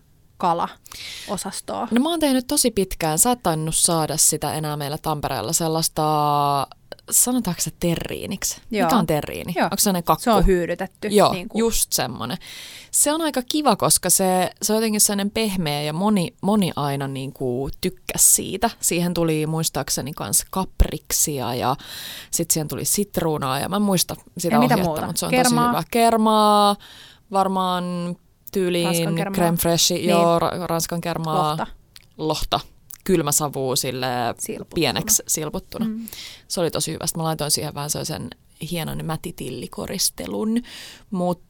kala-osastoa? No mä oon tehnyt tosi pitkään. Sä et tainnut saada sitä enää meillä Tampereella sellaista, sanotaanko se terriiniksi? Mikä on terriini? Joo. Onko se sellainen kakku? Se on hyydytetty. Joo, niin just semmoinen. Se on aika kiva, koska se on jotenkin sellainen pehmeä ja moni aina niin kuin tykkäsi siitä. Siihen tuli muistaakseni kanssa kapriksia ja sitten siihen tuli sitruunaa ja mä en muista sitä ohjetta, mutta se on tosi hyvä. Kermaa, varmaan tyyliin crème fraîche, ranskan kermaa, lohta. Kylmäsavua sille pieneksi silputtuna. Se oli tosi hyvä. Mä laitoin siihen vähän sellaisen hienon mätitillikoristelun, mutta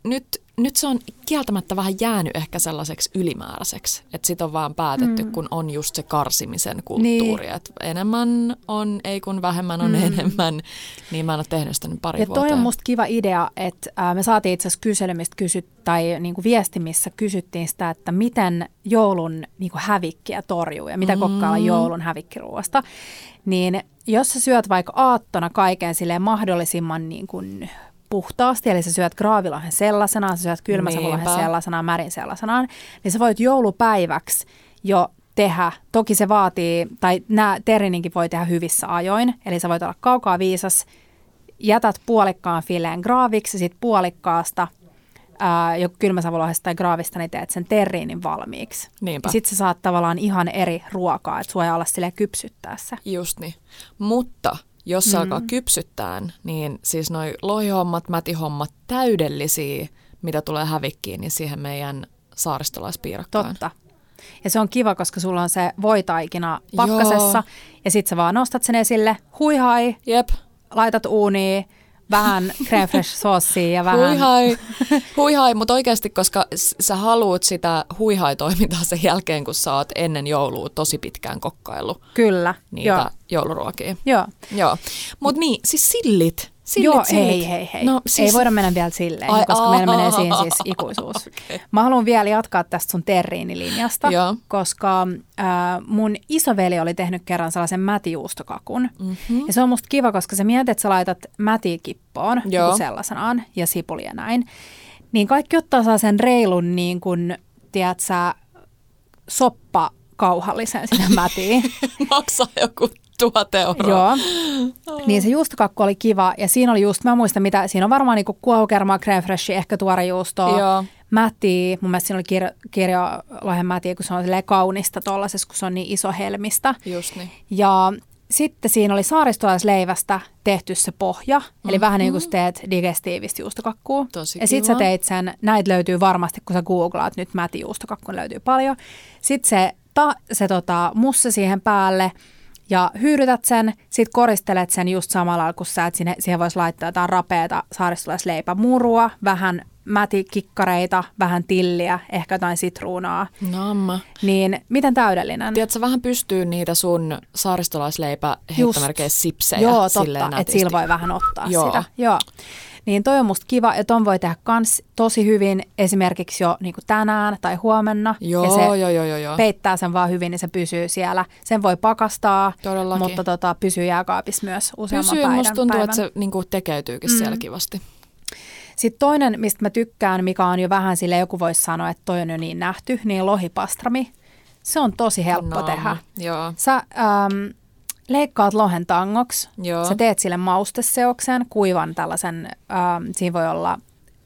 nyt se on kieltämättä vähän jäänyt ehkä sellaiseksi ylimääräiseksi, että sit on vaan päätetty, kun on just se karsimisen kulttuuri, että enemmän on, ei kun vähemmän on enemmän, niin mä en ole tehnyt sitä nyt pari vuotta. Ja toi on musta kiva idea, että me saatiin itse asiassa kyselymistä tai niinku viestimissä kysyttiin sitä, että miten joulun niinku hävikkiä torjuu ja mitä kokkailla joulun hävikkiruuasta, niin jos sä syöt vaikka aattona kaiken silleen mahdollisimman niin kuin puhtaasti, eli sä syöt graavilohen sellaisenaan, sä syöt kylmäsavulohen sellaisenaan, märin sellaisenaan, niin sä voit joulupäiväksi jo tehdä, toki se vaatii, tai nämä terrininkin voi tehdä hyvissä ajoin, eli sä voit olla kaukaa viisas, jätät puolikkaan fileen graaviksi, sit puolikkaasta joku kylmäsavulohesta tai graavista, niin teet sen terriinin valmiiksi. Sitten sä saat tavallaan ihan eri ruokaa, että sua ei olla silleen kypsyttää se. Just niin, mutta jos se alkaa kypsyttää, niin siis noi lohihommat, mätihommat täydellisiä, mitä tulee hävikkiin, niin siihen meidän saaristolaispiirakkaan. Totta. Ja se on kiva, koska sulla on se voitaikina pakkasessa, ja sit sä vaan nostat sen esille, huihai, laitat uuniin, vähän crème fraîche -soossia ja vähän... Huihai, mutta oikeasti, koska sä haluut sitä huihai-toimintaa sen jälkeen, kun sä oot ennen joulua tosi pitkään kokkaillut. Kyllä. Niitä jouluruokia. Joo. Mutta niin, siis sillit. Hei. No, siis... Ei voida mennä vielä silleen, koska meillä menee siinä siis ikuisuus. Okay. Mä haluan vielä jatkaa tästä sun terriinilinjasta, koska mun isoveli oli tehnyt kerran sellaisen mätijuustokakun. Ja se on musta kiva, koska sä mietit, että sä laitat mätikippoon sellaisenaan ja sipulia näin. Niin kaikki ottaa sen reilun, niin kuin, tiedätkö, soppakauhallisen sitä mätiin. Maksaa joku 1 000 €. Joo, niin se juustokakku oli kiva ja siinä oli just, mä muistan mitä, siinä on varmaan niinku kuohukermaa, crème fraîche, ehkä tuorejuustoa, mätiä, mun mielestä siinä oli kirjolohen mätiä, kun se on kaunista tollaisessa, kun se on niin iso helmistä. Just niin. Ja sitten siinä oli saaristolaisleivästä tehty se pohja, eli vähän niin kuin sä teet digestiivistä juustokakkua. Tosi ja sitten sä teit sen, näitä löytyy varmasti, kun sä googlaat nyt mätijuustokakku, löytyy paljon. Sitten se musse siihen päälle. Ja hyydytät sen, sit koristelet sen just samalla lailla, kun sä, että siihen voisi laittaa jotain rapeata saaristolaisleipämurua, vähän mätikikkareita, vähän tilliä, ehkä jotain sitruunaa. Namma. Niin miten täydellinen? Tiedätkö, vähän pystyy niitä sun saaristolaisleipä heittämärkeissä sipsejä. Joo, totta, että sillä voi vähän ottaa sitä. Joo. Niin toi on musta kiva, ja ton voi tehdä kans tosi hyvin esimerkiksi jo niin kuin tänään tai huomenna. Joo. Peittää sen vaan hyvin, niin se pysyy siellä. Sen voi pakastaa, todellakin. Mutta pysyy jääkaapissa myös useamman päivän. Musta tuntuu, että se niin kuin tekeytyykin siellä kivasti. Sitten toinen, mistä mä tykkään, mikä on jo vähän sille, joku voisi sanoa, että toi on jo niin nähty, niin lohipastrami. Se on tosi helppo tehdä. Joo. Sä leikkaat lohen tangoksi, Joo. sä teet sille mausteseoksen, kuivan tällaisen, siinä voi olla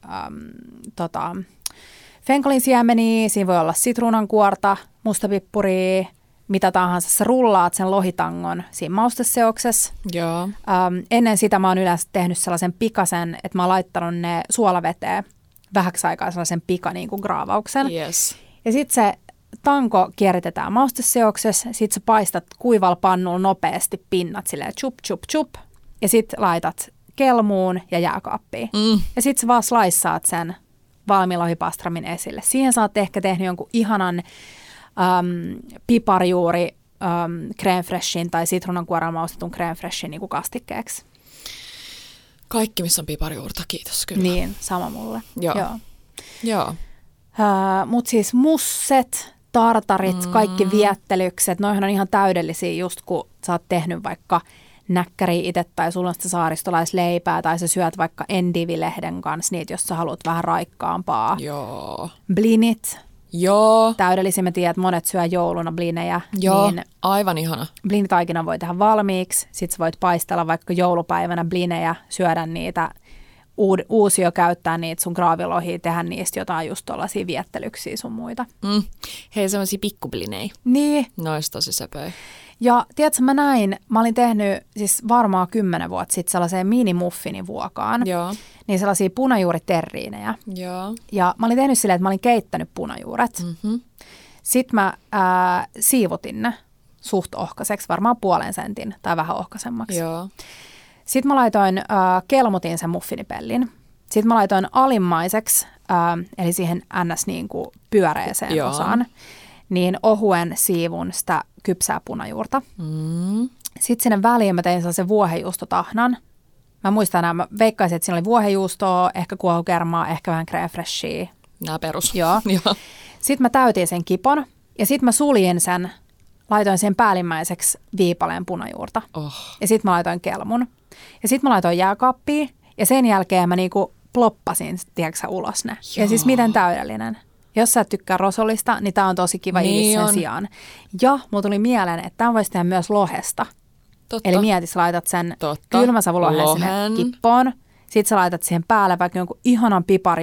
fenkolin siemeniä, siinä voi olla sitruunankuorta, mustapippuria, mitä tahansa. Sä rullaat sen lohitangon siinä mausteseoksessa. Joo. Ennen sitä mä oon yleensä tehnyt sellaisen pikasen, että mä oon laittanut ne suolaveteen vähäksi aikaa sellaisen niin kuin graavauksen. Yes. Ja sit se tanko kierritetään mausteseoksessa, sit sä paistat kuivalla pannulla nopeasti pinnat silleen chup, chup, chup. Ja sit laitat kelmuun ja jääkaappiin. Ja sit sä vaan sliceaat sen valmiin lohipastramin esille. Siihen sä oot ehkä tehnyt jonkun ihanan piparjuuri crème freshin tai sitruunankuorella maustetun crème freshin niin kuin kastikkeeksi. Kaikki, missä on piparjuurta, kiitos kyllä. Niin, sama mulle. Joo. Mutta siis musset, tartarit, kaikki viettelykset, noihin on ihan täydellisiä just kun sä oot tehnyt vaikka näkkäriä itse tai sulla on sitä saaristolaisleipää tai sä syöt vaikka endivilehden kanssa niitä, jos sä haluat vähän raikkaampaa. Joo. Blinit. Joo. Täydellisiä, mä tiedän, että monet syö jouluna blinejä. Joo, niin aivan ihana. Blinitaikina voi tehdä valmiiksi, sit sä voit paistella vaikka joulupäivänä blinejä, syödä niitä, uusio käyttää niitä sun graavilohia, tehdä niistä jotain just tuollaisia viettelyksiä sun muita. Hei, semmoisia pikkublinejä. Niin. Nois tosi söpöjä. Ja tiedätkö, mä olin tehnyt siis varmaan 10 vuotta sitten sellaiseen mini-muffinivuokaan. Joo. Niin sellaisia punajuuriterriinejä. Joo. Ja mä olin tehnyt silleen, että mä olin keittänyt punajuuret. Sitten mä siivotin ne suht ohkaiseksi, varmaan 0,5 sentin tai vähän ohkaisemmaksi. Joo. Sitten mä laitoin, kelmutin sen muffinipellin. Sitten mä laitoin alimmaiseksi, eli siihen ns. Niin kuin pyöreeseen osaan, niin ohuen siivun sitä kypsää punajuurta. Sitten sinne väliin mä tein sellaisen vuohenjuustotahnan. Mä muistan nämä, mä veikkaisin, että siinä oli vuohenjuustoa, ehkä kuohukermaa, ehkä vähän crème freshia. Nää perus. Joo. Sitten mä täytin sen kipon ja sitten mä suljin sen, laitoin sen päällimmäiseksi viipaleen punajuurta. Ja sitten mä laitoin kelmun. Ja sitten mä laitoin jääkaappiin ja sen jälkeen mä niinku ploppasin, tiedätkö ulos ne. Joo. Ja siis miten täydellinen. Jos sä et tykkää rosolista, niin tää on tosi kiva niin sen sijaan. Ja mulla tuli mieleen, että tämän voisi tehdä myös lohesta. Totta. Eli mietis, laitat sen kylmäsavulohen sinne kippoon. Sitten sä laitat siihen päälle vaikka jonkun ihanan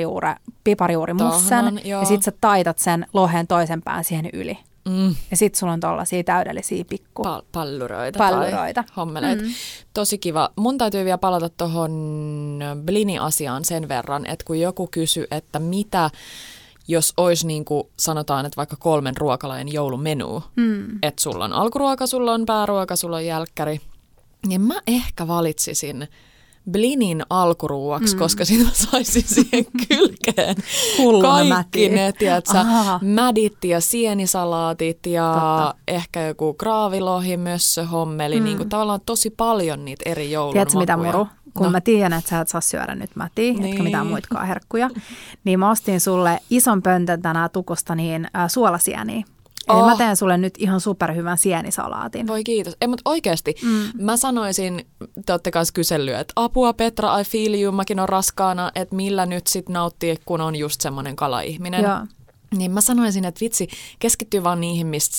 piparjuurimussen. Ja sitten sä taitat sen lohen toisen pään siihen yli. Ja sitten sulla on tollaisia täydellisiä pikku palluroita. Hommeleita. Tosi kiva. Mun täytyy vielä palata tuohon blini-asiaan sen verran, että kun joku kysyy, että mitä jos olisi niin kuin sanotaan, että vaikka 3 ruokalajin joulumenu, että sulla on alkuruoka, sulla on pääruoka, sulla on jälkkäri, niin mä ehkä valitsisin blinin alkuruuaksi, koska sitten mä saisin siihen kylkeen kaikki ne, tiedätkö, mädit ja sienisalaatit ja ehkä joku graavilohi, mössöhommeli, niin kuin tavallaan tosi paljon niitä eri joulun tiedätkö makuja. Mitä, Muru? Kun mä tiedän, että sä et saa syödä nyt mätiä, etkä mitään muitakaan herkkuja, niin mä ostin sulle ison pöntön tänään tukusta niin suolasieniä. Eli mä teen sulle nyt ihan superhyvän sienisalaatin. Voi kiitos. Ei, mutta oikeasti mä sanoisin, te olette kanssa kysellyt, että apua Petra, I feel you, mäkin on raskaana, että millä nyt sit nauttii, kun on just semmoinen kalaihminen. Joo. Niin mä sanoisin, että vitsi, keskittyy vaan niihin, mistä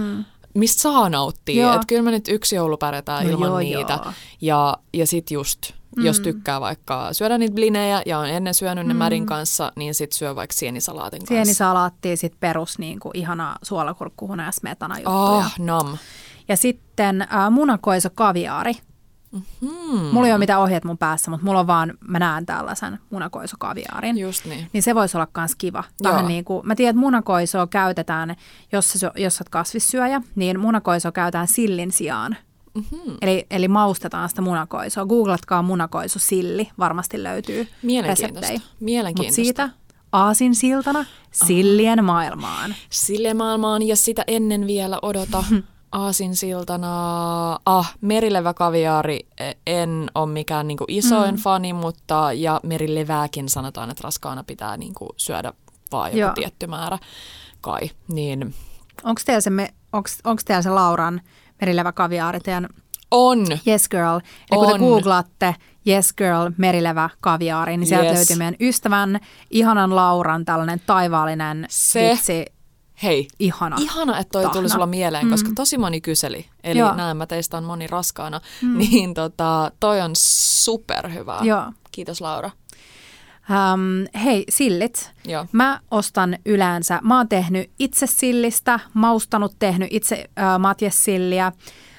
saa nauttia. Että kyllä me nyt yksi joulu pärjätään ilman niitä. Ja sit just, jos tykkää vaikka syödä niitä blinejä ja on ennen syönyt ne märin kanssa, niin sit syö vaikka sienisalaatin kanssa. Sienisalaattia, sit perus niinku ihana suolakurkkuhuna ja smetana juttuja. Nam. Ja sitten munakoiso kaviaari. Mulla ei ole mitään ohjeet mun päässä, mutta mulla on vaan, mä näen tällaisen munakoisokaviaarin. Just niin. Niin se voisi olla kans kiva. Vähän niin kuin, mä tiedän, että munakoisoa käytetään, jos oot kasvissyöjä, niin munakoisoa käytetään sillin sijaan. Eli maustetaan sitä munakoisoa. Googlatkaa munakoisosilli, varmasti löytyy reseptejä. Mutta siitä aasinsiltana sillien maailmaan. Sillien maailmaan ja sitä ennen vielä odota aasinsiltana. Merileväkaviaari en ole mikään niinku isoin fani, mutta ja merilevääkin sanotaan, että raskaana pitää niinku syödä vaan joku tietty määrä kai. Niin. Onko teillä se Lauran merileväkaviaari teidän? On. Yes Girl. Eli kun te googlaatte Yes Girl merileväkaviaari, niin sieltä löytyy meidän ystävän, ihanan Lauran, tällainen taivaallinen vitsi. Hei, ihana, että toi tuli sulla mieleen, koska tosi moni kyseli. Eli näemmä teistä on moni raskaana. Niin toi on superhyvää. Kiitos Laura. Hei, sillit. Mä ostan yleensä, mä oon tehnyt itse sillistä, tehnyt itse matjessilliä,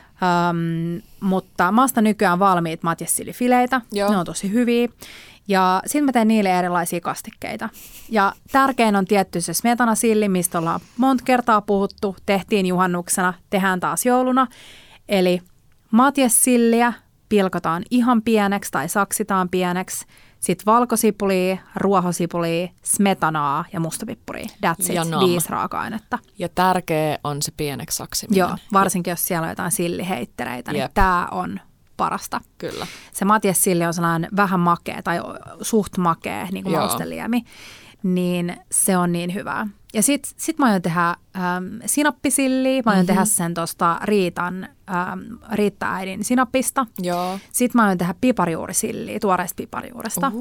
mutta mä ostan nykyään valmiit matjessillifileitä. Ne on tosi hyviä. Ja sitten mä teen niille erilaisia kastikkeita. Ja tärkein on tietty se smetanasilli, mistä ollaan monta kertaa puhuttu. Tehtiin juhannuksena, tehdään taas jouluna. Eli matjessilliä pilkotaan ihan pieneksi tai saksitaan pieneksi. Sitten valkosipulia, ruohosipulia, smetanaa ja mustapippuria. That's it, 5 raaka-ainetta. Ja tärkeä on se pieneksi saksiminen. Joo, varsinkin jos siellä on jotain silliheittereitä, niin tämä on parasta. Kyllä. Se matjessilli on sellainen vähän makea tai suht makea, niin kuin mausteliemi, niin se on niin hyvää. Ja sit mä aion tehdä sinappisilliä, mä aion tehdä sen tuosta Riitta-äidin sinappista. Joo. Sitten mä aion tehdä piparjuurisilliä, tuoreesta piparjuuresta.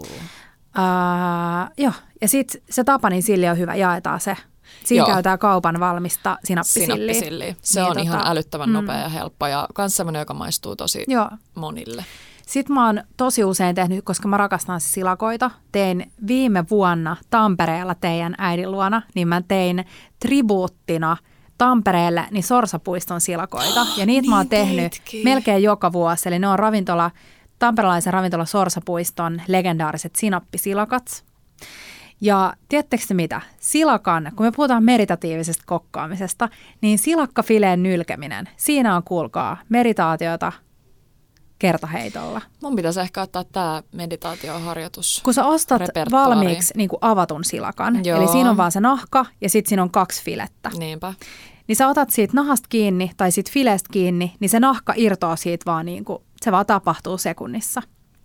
Joo, ja sitten se Tapanin silli on hyvä, jaetaan se. Siinä käytetään kaupan valmista sinappisilliä. Se on ihan älyttävän nopea ja helppo ja myös sellainen, joka maistuu tosi monille. Sitten mä oon tosi usein tehnyt, koska mä rakastan silakoita, tein viime vuonna Tampereella teidän äidin luona, niin mä tein tribuuttina Tampereelle niin Sorsapuiston silakoita. Ja niitä mä oon tehnyt melkein joka vuosi, eli ne on tamperelaisen ravintola Sorsapuiston legendaariset sinappisilakat. Ja tiedättekö mitä? Silakan, kun me puhutaan meditatiivisesta kokkaamisesta, niin silakkafileen nylkeminen, siinä on kuulkaa meditaatiota kertaheitolla. Mun pitäisi ehkä ottaa tämä meditaatioharjoitus. Kun sä ostat valmiiksi niin kuin avatun silakan, eli siinä on vaan se nahka ja sitten siinä on 2 filettä. Niinpä. Niin sä otat siitä nahasta kiinni tai siitä fileestä kiinni, niin se nahka irtoaa siitä vaan niin kuin, se vaan tapahtuu sekunnissa.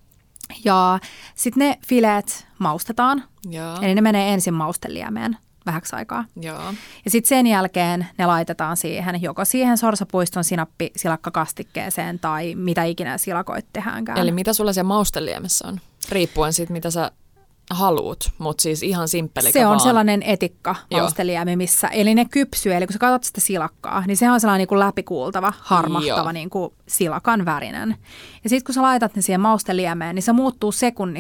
Ja sitten ne fileet maustetaan, eli ne menee ensin mausteliemeen vähäksi aikaa. Ja sitten sen jälkeen ne laitetaan joko siihen Sorsapuiston sinappisilakkakastikkeeseen tai mitä ikinä silakoit tehdäänkään. Eli mitä sulla siellä mausteliemessä on? Riippuen siitä, mitä sä haluut, mutta siis ihan simppeli. Se on sellainen etikka mausteliemi, missä, eli ne kypsyy, eli kun sä katsot sitä silakkaa, niin se on sellainen niin kuin läpikuultava, harmahtava niin kuin silakan värinen. Ja sitten kun sä laitat ne siihen mausteliemeen, niin se muuttuu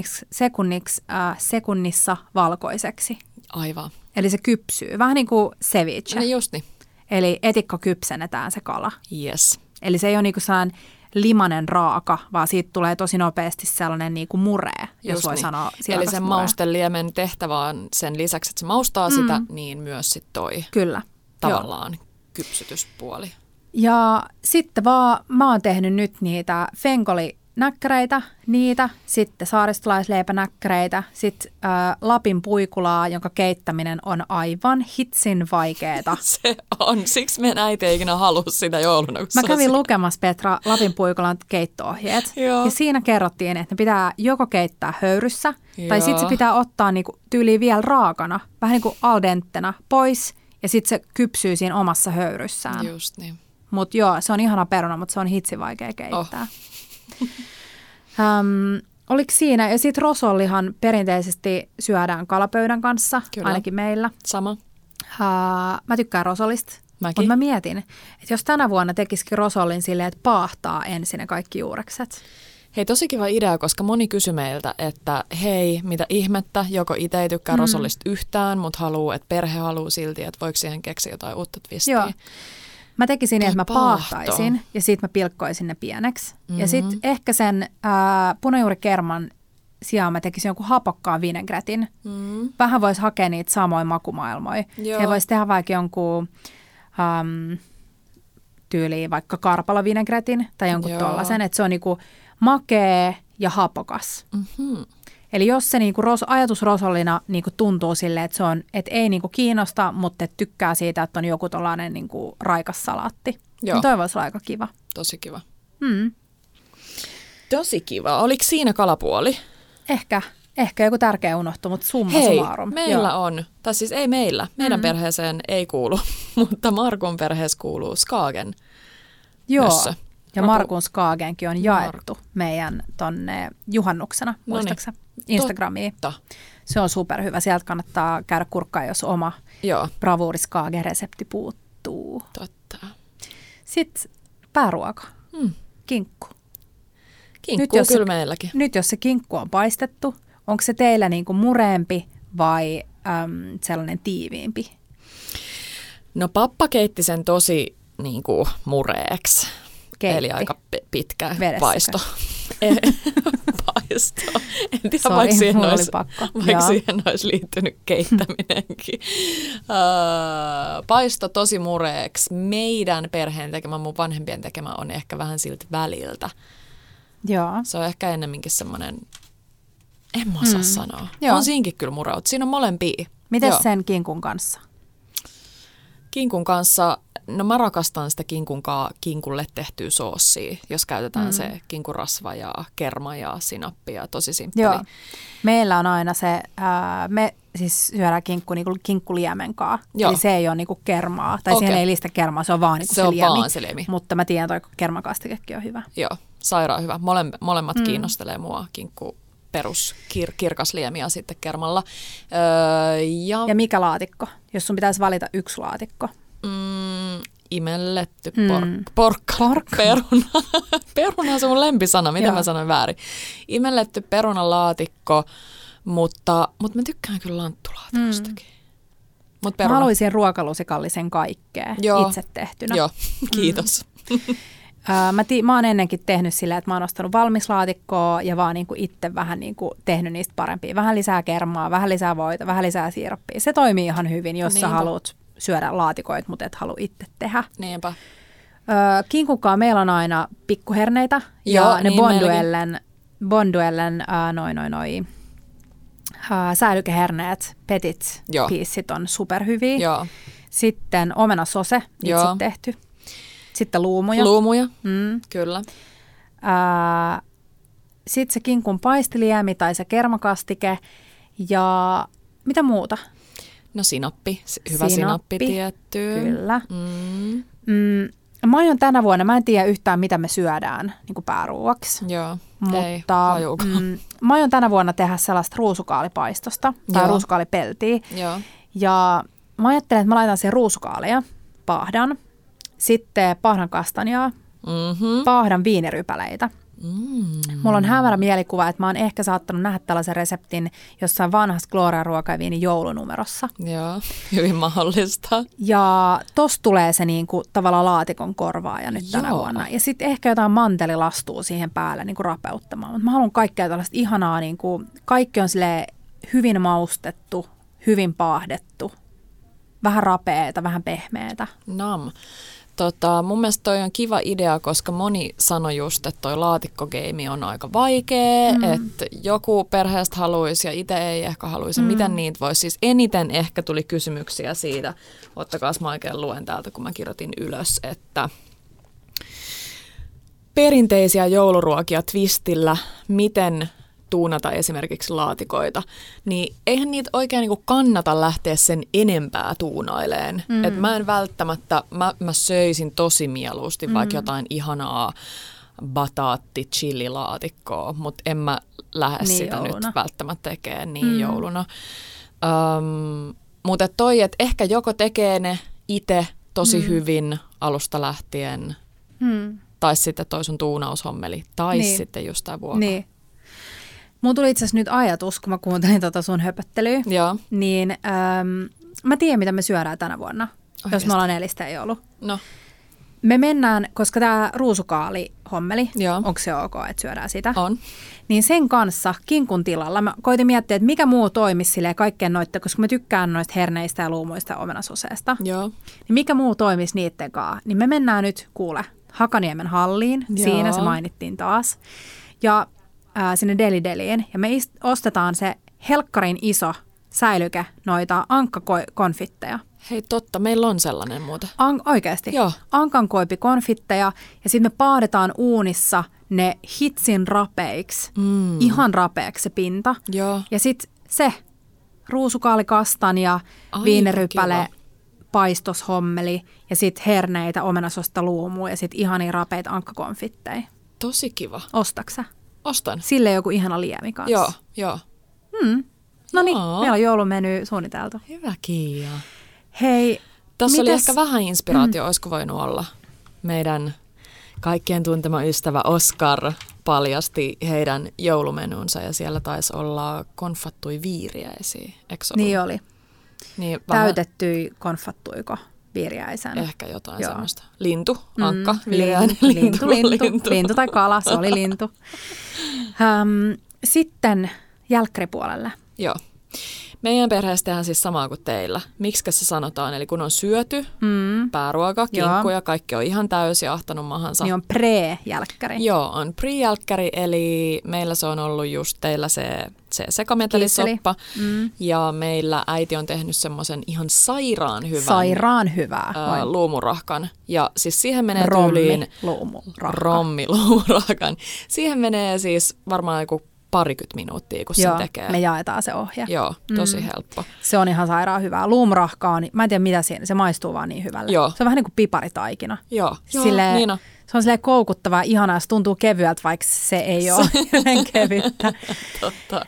sekunnissa valkoiseksi. Aivan. Eli se kypsyy, vähän niin kuin ceviche. No just niin. Eli etikka kypsennetään se kala. Yes. Eli se ei ole niin kuin sellainen limanen raaka, vaan siitä tulee tosi nopeasti sellainen niin kuin muree, jos voi sanoa. Eli sen mausteliemen tehtävä on sen lisäksi, että se maustaa sitä, niin myös sit toi tavallaan kypsytyspuoli. Ja sitten mä oon tehnyt nyt niitä fenkolinäkkäreitä, sitten saaristolaisleipänäkkäreitä, sitten Lapin puikulaa, jonka keittäminen on aivan hitsin vaikeeta. Se on, siksi meidän äiti ei ikinä halua sitä jouluna. Mä kävin lukemassa, Petra, Lapin puikulan keitto-ohjeet, ja siinä kerrottiin, että ne pitää joko keittää höyryssä, tai sitten se pitää ottaa niinku tyyliin vielä raakana, vähän niin kuin al dentena pois, ja sitten se kypsyy siinä omassa höyryssään. Just niin. Mutta se on ihana peruna, mutta se on hitsin vaikea keittää. Oliko siinä, ja sitten rosollihan perinteisesti syödään kalapöydän kanssa, ainakin meillä. Sama. Mä tykkään rosollista, mutta mä mietin, että jos tänä vuonna tekisikin rosollin silleen, että paahtaa ensin ne kaikki juurekset. Hei, tosi kiva idea, koska moni kysyi meiltä, että hei, mitä ihmettä, joko itse ei tykkää rosollista yhtään, mutta haluaa, että perhe haluaa silti, että voiko siihen keksiä jotain uutta twistiä. Joo. Mä tekisin niin, että mä paahtaisin ja sitten mä pilkkoisin ne pieneksi. Ja sitten ehkä sen punajuurikerman sijaan mä tekisin jonkun hapokkaan vinegretin. Vähän voisi hakea niitä samoja makumaailmoja. Se voisi tehdä vaikka jonkun tyyliin vaikka karpalovinegretin tai jonkun tollaisen, että se on niinku makea ja hapokas. Eli jos se niinku ajatus rosollina niinku tuntuu silleen, että se on, et ei niinku kiinnosta, mutta et tykkää siitä, että on joku tollainen niinku raikas salaatti, niin toi voisi olla aika kiva. Tosi kiva. Tosi kiva. Oliko siinä kalapuoli? Ehkä joku tärkeä unohtu, mutta summa summarum. Meillä on, tai siis ei meillä, meidän perheeseen ei kuulu, mutta Markun perheessä kuuluu Skagen. Joo, ja Markun Skagenkin on jaettu meidän tonne juhannuksena, muistaaksä, Instagramiin. Se on superhyvä, sieltä kannattaa käydä kurkkaan, jos oma bravuuri Skagen-resepti puuttuu. Totta. Sitten pääruoka, kinkku. Kinkku nyt, kyllä meilläkin. Nyt jos se kinkku on paistettu, onko se teillä niinku mureempi vai sellainen tiiviimpi? No pappa keitti sen tosi niinku mureeksi. Eli aika pitkä paisto. En tiedä, vaikka siihen olisi liittynyt keittäminenkin. Paisto tosi mureeksi. Meidän perheen tekemä, mun vanhempien tekemä on ehkä vähän siltä väliltä. Joo. Se on ehkä ennemminkin semmoinen, en mä osaa sanoa. On siinkin kyllä mureut. Siinä on molempia. Miten sen kinkun kanssa? Kinkun kanssa, no mä rakastan sitä kinkulle tehtyä soossia, jos käytetään se kinkurasva ja kerma ja sinappi ja tosi simppeli. Joo. Meillä on aina se, me siis syödään kinkku niin kuin kinkkuliemen kanssa. Eli se ei ole niin kuin kermaa, tai siihen ei listä kermaa, se on vaan niin kuin se liemi. Vaan se liemi. Mutta mä tiedän, että kermakastikekin on hyvä. Joo, sairaan hyvä. Molemmat kiinnostelee mua, kinkku perus kirkas liemi ja sitten kermalla. Ja mikä laatikko, jos sun pitäisi valita yksi laatikko? Imelletty peruna. Peruna on se mun lempisana, mitä mä sanoin väärin. Imelletty perunalaatikko, mutta mä tykkään kyllä lanttulaatikostakin. Mä haluaisin ruokalusikallisen kaikkea itse tehtynä. Joo, kiitos. Mä oon ennenkin tehnyt sillä, että mä oon ostanut valmislaatikkoa ja vaan niinku itse vähän niinku tehnyt niistä parempia. Vähän lisää kermaa, vähän lisää voita, vähän lisää siirappia. Se toimii ihan hyvin, jos sä haluat syödä laatikoit, mutta et halua itse tehdä. Niinpä. Kinkukaan meillä on aina pikkuherneitä ja ne Bonduellen säilykeherneet, petit piissit on superhyviä. Joo. Sitten omenasose, itse tehty. Sitten luumuja. Kyllä. Sitten se kinkun paistiliemi tai se kermakastike ja mitä muuta? No sinappi, hyvä sinappi tietty. Kyllä. Mä aion tänä vuonna, mä en tiedä yhtään mitä me syödään niin kuin pääruuaksi. Joo, mutta mä aion tänä vuonna tehdä sellaista ruusukaalipaistosta tai ruusukaalipeltiä. Joo. Ja mä ajattelen, että mä laitan siihen ruusukaalia, paahdan. Sitten paahdan kastanjaa, paahdan viinirypäleitä. Mulla on hämärä mielikuva, että mä oon ehkä saattanut nähdä tällaisen reseptin jossain vanhassa Gloria ruoka- ja viini joulunumerossa. Joo, hyvin mahdollista. Ja tossa tulee se niinku tavallaan laatikon korvaaja nyt tänä vuonna. Ja sitten ehkä jotain mantelilastua siihen päälle niinku rapeuttamaan. Mutta mä haluan kaikkea tällaista ihanaa, niinku, kaikki on silleen hyvin maustettu, hyvin paahdettu, vähän rapeeta, vähän pehmeätä. Nam. Mun mielestä toi on kiva idea, koska moni sanoi just, että toi laatikkogeimi on aika vaikea, että joku perheestä haluaisi ja itse ei ehkä haluaisi. Miten niitä voisi? Siis eniten ehkä tuli kysymyksiä siitä. Ottakaas mä oikein luen täältä, kun mä kirjoitin ylös, että perinteisiä jouluruokia twistillä, miten tuunata esimerkiksi laatikoita, niin eihän niitä oikein niinku kannata lähteä sen enempää tuunaileen. Et mä en välttämättä, mä söisin tosi mieluusti vaikka jotain ihanaa bataatti-chili-laatikkoa, mutta en mä lähde sitä jouluna nyt välttämättä tekemään niin jouluna. Mutta toi, että ehkä joko tekee ne itse tosi hyvin alusta lähtien, tai sitten toi sun tuunaushommeli, tai sitten just tää vuoka. Niin. Mun tuli itse asiassa nyt ajatus, kun mä kuuntelin sun höpöttelyä, niin mä tiedän, mitä me syödään tänä vuonna, jos me ollaan 4. joulu. No. me mennään, koska tämä ruusukaalihommeli, onko se ok, että syödään sitä? On. Niin sen kanssa kinkun tilalla mä koitin miettiä, että mikä muu toimisi silleen kaikkeen noitten, koska mä tykkään noista herneistä ja luumuista ja omenasoseesta. Joo. Niin mikä muu toimisi niitten kanssa? Niin me mennään nyt, kuule, Hakaniemen halliin. Joo. Siinä se mainittiin taas. Ja sinne Deli-deliin. Ja me ostetaan se helkkarin iso säilyke noita ankkakonfitteja. Hei totta, meillä on sellainen muuten. Oikeasti? Joo. Ankankoipikonfitteja ja sitten me paadetaan uunissa ne hitsin rapeiksi, ihan rapeaksi se pinta. Joo. Ja sitten se ruusukaalikastanja, viinerypäle, paistoshommeli ja sitten herneitä, omenasosta luumua ja sitten ihania rapeita ankkakonfitteja. Tosi kiva. Ostatko? Ostan. Sille joku ihana liemi kanssa. Joo. No niin, meillä on joulumeny suunniteltu. Hyvä Kiia. Hei, tässä oli ehkä vähän inspiraatio, olisiko voinut olla. Meidän kaikkien tuntema ystävä Oskar paljasti heidän joulumenunsa ja siellä taisi olla konfattui viiriäisiä, eikö ollut? Niin oli. Niin täytettyi konfattuiko viiriäisen? Ehkä jotain semmoista. Lintu, ankka, viiriäinen, lintu tai kala, se oli lintu. Sitten jälkkäripuolelle. Joo. Meidän perheessä tehdään siis samaa kuin teillä. Miksikä se sanotaan? Eli kun on syöty, pääruoka, kinkku ja kaikki on ihan täysin ahtanut mahansa. Niin on pre-jälkkäri. Joo, on pre-jälkkäri, eli meillä se on ollut just teillä se sekametelisoppa. Ja meillä äiti on tehnyt semmoisen ihan sairaan hyvää luumurahkan. Ja siis siihen menee tyyliin rommi-luumurahkan. Siihen menee siis varmaan joku 20 minuuttia, kun sen tekee. Me jaetaan se ohje. Joo, tosi helppo. Se on ihan sairaan hyvää. Luumurahka on, mä en tiedä mitä siinä, se maistuu vaan niin hyvälle. Joo. Se on vähän niin kuin piparitaikina. Joo, Niina. Se on silleen koukuttavaa, ihanaa, se tuntuu kevyeltä, vaikka se ei ole kevyttä. Totta.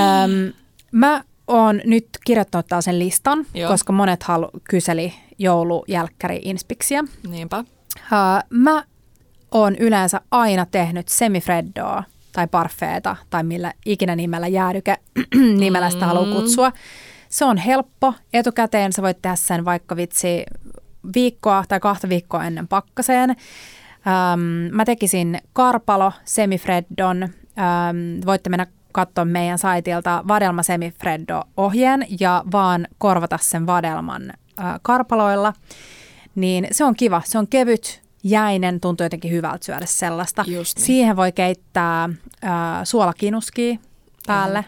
Mä oon nyt kirjoittanut taas sen listan, koska monet kyseli joulujälkkäri-inspiksiä. Niinpä. Mä oon yleensä aina tehnyt semifreddoa tai parfeeta tai millä ikinä nimellä jäädyke nimellä sitä haluaa kutsua. Se on helppo. Etukäteen sä voit tehdä sen vaikka viikkoa tai 2 viikkoa ennen pakkaseen. Mä tekisin Karpalo semifreddon. Voitte mennä katsoa meidän saitilta vadelma semifreddo-ohjeen ja vaan korvata sen vadelman karpaloilla. Niin se on kiva. Se on kevyt. Jäinen, tuntuu jotenkin hyvältä syödä sellaista. Niin. Siihen voi keittää suolakinuskia päälle.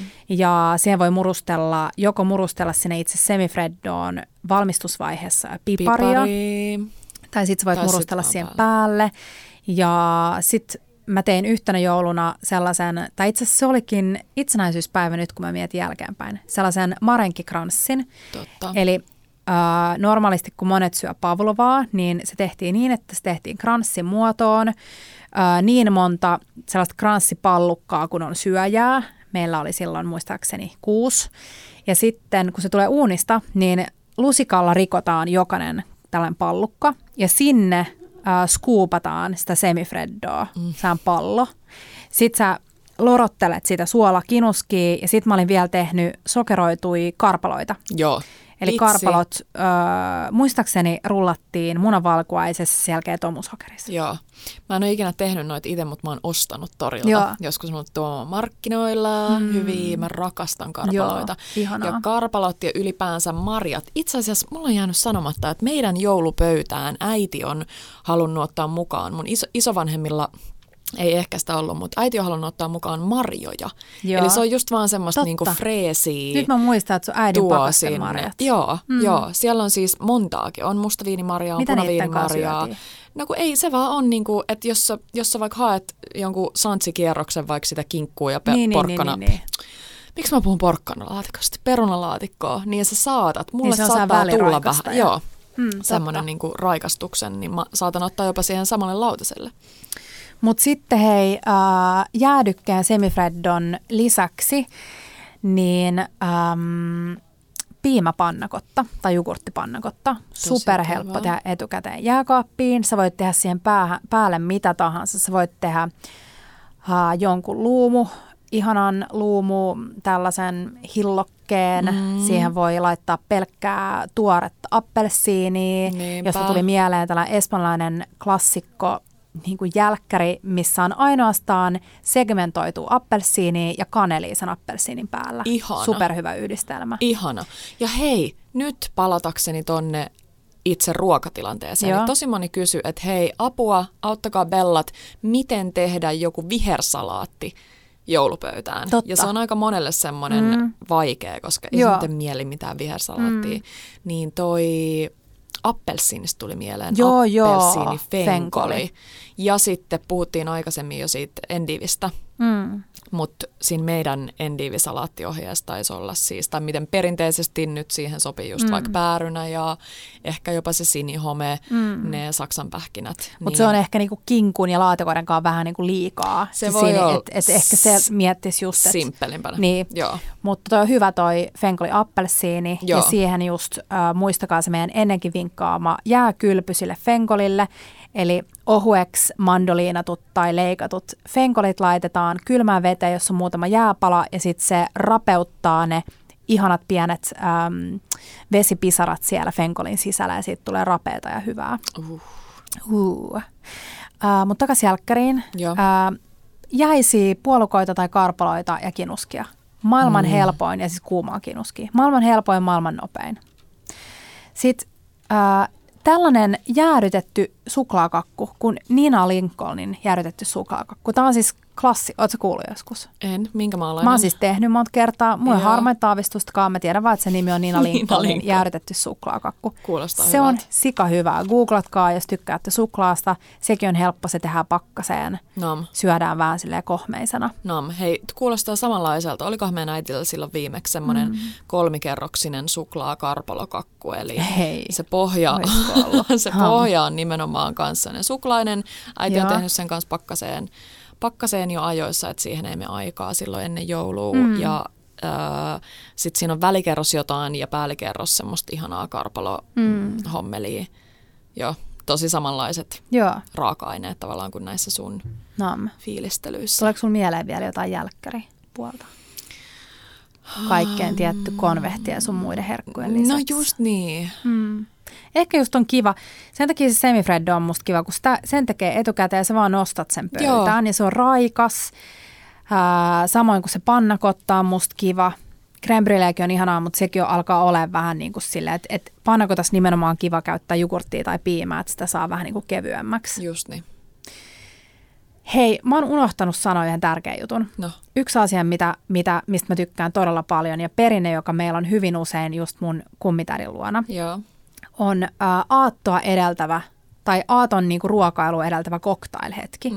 Ja siihen voi murustella sinne itse semifreddoon valmistusvaiheessa piparia. Tai sitten voit murustella siihen päälle. Ja sitten mä tein yhtenä jouluna sellaisen, tai itse asiassa se olikin itsenäisyyspäivä nyt, kun mä mietin jälkeenpäin, sellaisen marenkikranssin. Totta. Eli normaalisti, kun monet syö pavlovaa, niin se tehtiin niin, että se tehtiin kranssin muotoon. Niin monta sellaista kranssipallukkaa, kun on syöjää. Meillä oli silloin muistaakseni 6. Ja sitten, kun se tulee uunista, niin lusikalla rikotaan jokainen tällainen pallukka. Ja sinne skuupataan sitä semifreddoa. Se on pallo. Sitten sä lorottelet sitä suolakinuskia ja sitten mä olin vielä tehnyt sokeroitui karpaloita. Joo. Eli karpalot, muistaakseni rullattiin munavalkuaisessa sen jälkeen tomusokerissa. Joo. Mä en ole ikinä tehnyt noita itse, mutta mä oon ostanut torilta. Joo. Joskus mä oon tuolla markkinoilla hyviä. Mä rakastan karpaloita. Joo, ihanaa. Ja karpalot ja ylipäänsä marjat. Itse asiassa mulla on jäänyt sanomatta, että meidän joulupöytään äiti on halunnut ottaa mukaan. Mun isovanhemmilla ei ehkä sitä ollut, mutta äiti on halunnut ottaa mukaan marjoja. Joo. Eli se on just vaan semmoista niinku freesiä. Nyt mä muistan, että sun äidin pakasten marjat. Joo. Siellä on siis montaakin. On mustaviinimarjaa, on punaviinimarjaa. No kun ei, se vaan on niinku, että jos sä vaikka haet jonkun santsikierroksen vaikka sitä kinkkua ja porkkana. Niin. Miksi mä puhun porkkanalaatikosta? Perunalaatikkoa. Niin sä saatat. Mulle niin saattaa tulla vähän. Joo. Semmoinen niinku raikastuksen, niin mä saatan ottaa jopa siihen samalle lautaselle. Mutta sitten hei, jäädykkeen semifreddon lisäksi niin piimapannakotta tai jogurttipannakotta. Superhelppo tehdä etukäteen jääkaappiin. Sä voit tehdä siihen päälle mitä tahansa. Sä voit tehdä jonkun ihanan tällaisen liukkeen, siihen voi laittaa pelkkää tuoretta appelsiinia, josta tuli mieleen tällainen espanjalainen klassikko, niin kuin jälkkäri, missä on ainoastaan segmentoitu appelsiini ja kaneli sen appelsiinin päällä. Ihana. Superhyvä yhdistelmä. Ihana. Ja hei, nyt palatakseni tonne itse ruokatilanteeseen. Niin tosi moni kysyy, että hei, apua, auttakaa bellat, miten tehdä joku vihersalaatti joulupöytään. Totta. Ja se on aika monelle semmoinen vaikea, koska ei sitten mieli mitään vihersalaattia. Niin toi appelsiinista tuli mieleen. Appelsiinifenkoli. Ja sitten puhuttiin aikaisemmin jo siitä endivistä. Mutta siinä meidän endivisalaattiohjeessa taisi olla siis, tai miten perinteisesti nyt siihen sopii just vaikka päärynä ja ehkä jopa se sinihome, ne saksanpähkinät. Mutta se on ehkä niinku kinkun ja laatikoiden kanssa vähän niinku liikaa. Se voi olla. Että ehkä se miettisi just, että simppelimpänä. Niin. Mutta toi on hyvä toi fenkoli appelsiini ja siihen just muistakaa se meidän ennenkin vinkkaama jääkylpy sille fenkolille. Eli ohueksi mandoliinatut tai leikatut fenkolit laitetaan kylmään veteen, jossa on muutama jääpala ja sitten se rapeuttaa ne ihanat pienet vesipisarat siellä fenkolin sisällä ja siitä tulee rapeata ja hyvää. Mutta takaisin jälkkäriin. Jäisiä puolukoita tai karpaloita ja kinuskia. Maailman helpoin ja siis kuumaa kinuskia. Maailman helpoin, maailman nopein. Sitten tällainen jäädytetty suklaakakku kuin Nina Lincolnin jäädytetty suklaakakku. Tämä on siis Oletko kuullut joskus? En. Minkä maalainen? Mä oon siis tehnyt monta kertaa. Mulla ei harmaita aavistustakaan. Mä tiedän vaan, että se nimi on Nina Lincolnin jäädytetty suklaakakku. Kuulostaa se hyvältä. On sika hyvää. Googlatkaa, jos tykkäätte suklaasta. Sekin on helppo. Se tehdään pakkaseen. Syödään vähän silleen kohmeisena. Hei, kuulostaa samanlaiselta. Olikohan meidän äitillä silloin viimeksi semmoinen 3-kerroksinen suklaakarpalokakku. Eli se pohja on nimenomaan kanssa ne suklainen. Äiti on tehnyt sen kanssa pakkaseen jo ajoissa, että siihen ei mene aikaa silloin ennen joulua. Ja sitten siinä on välikerros jotain ja päällikerros semmoista ihanaa karpalohommelia. Joo, tosi samanlaiset raaka-aineet tavallaan kuin näissä sun fiilistelyissä. Tuleeko sulla mieleen vielä jotain jälkkäripuolta? Kaikkeen tietty konvehti ja sun muiden herkkujen lisäksi. No just niin. Ehkä just on kiva. Sen takia se semifreddo on musta kiva, kun sen tekee etukäteen ja sä vaan nostat sen pöytään. Ja se on raikas. Samoin kuin se pannakotta on musta kiva. Crème brûléekin on ihanaa, mutta sekin alkaa olemaan vähän niin kuin silleen, että pannakotas nimenomaan on kiva käyttää jogurttia tai piimää, että sitä saa vähän niin kuin kevyemmäksi. Just niin. Hei, mä oon unohtanut sanoa yhden tärkeän jutun. No. Yksi asia, mistä mä tykkään todella paljon ja perinne, joka meillä on hyvin usein just mun kummitärin luona, on aattoa edeltävä tai aaton niinku ruokailu edeltävä cocktailhetki.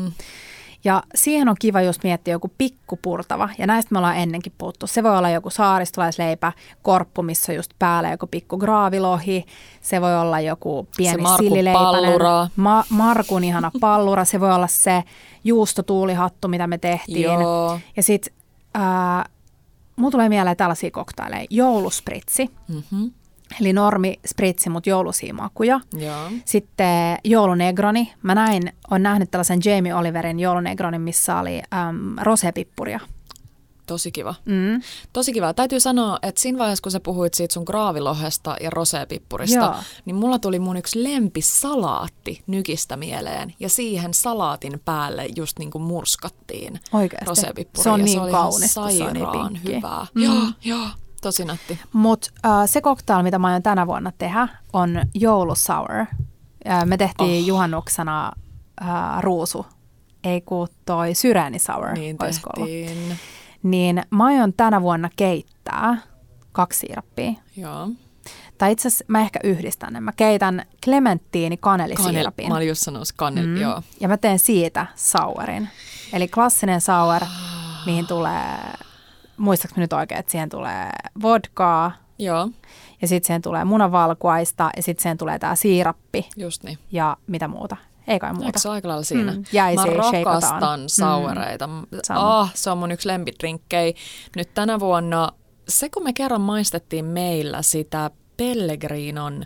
Ja siihen on kiva just miettiä joku pikkupurtava, ja näistä me ollaan ennenkin puhuttu. Se voi olla joku saaristolaisleipä, korppu, missä on just päällä joku pikku graavilohi. Se voi olla joku pieni sillileipäinen. Markun ihana pallura. Se voi olla se juustotuulihattu, mitä me tehtiin. Joo. Ja sitten mulla tulee mieleen tällaisia cocktailleja. Jouluspritsi. Eli normi spritsi, mutta jouluisia makuja. Joo. Sitten joulunegroni. Mä olen nähnyt tällaisen Jamie Oliverin joulunegronin, missä oli rosépippuria. Tosi kiva. Tosi kiva. Täytyy sanoa, että siinä vaiheessa, kun sä puhuit siitä sun graavilohesta ja rosépippurista, niin mulla tuli mun yksi lempisalaatti nykistä mieleen. Ja siihen salaatin päälle just niin kuin murskattiin rosépippuria. Se on niin kaunista, se on niin hyvää. Joo. Tosi nätti. Mutta se cocktail, mitä mä aion tänä vuonna tehdä, on joulusour. Me tehtiin juhannuksena ruusu, ei kun toi syreenisour. Niin tehtiin. Niin mä aion tänä vuonna keittää 2 siirappia. Joo. Tai itse asiassa mä ehkä yhdistän ne. Mä keitän klementtiini kanelisiirapin. Mä olin just sanossa joo. Ja mä teen siitä sourin. Eli klassinen sour, mihin tulee... Muistaaks nyt oikein, että siihen tulee vodkaa. Joo. Ja sitten siihen tulee munavalkuaista ja sitten siihen tulee tää siirappi. Just niin. Ja mitä muuta? Ei kai muuta. Eikö se ole aika lailla siinä? Jäisiä, mä rakastan saureita. Se on mun yksi lempidrinkkejä. Nyt tänä vuonna, se kun me kerran maistettiin meillä sitä Pellegrinon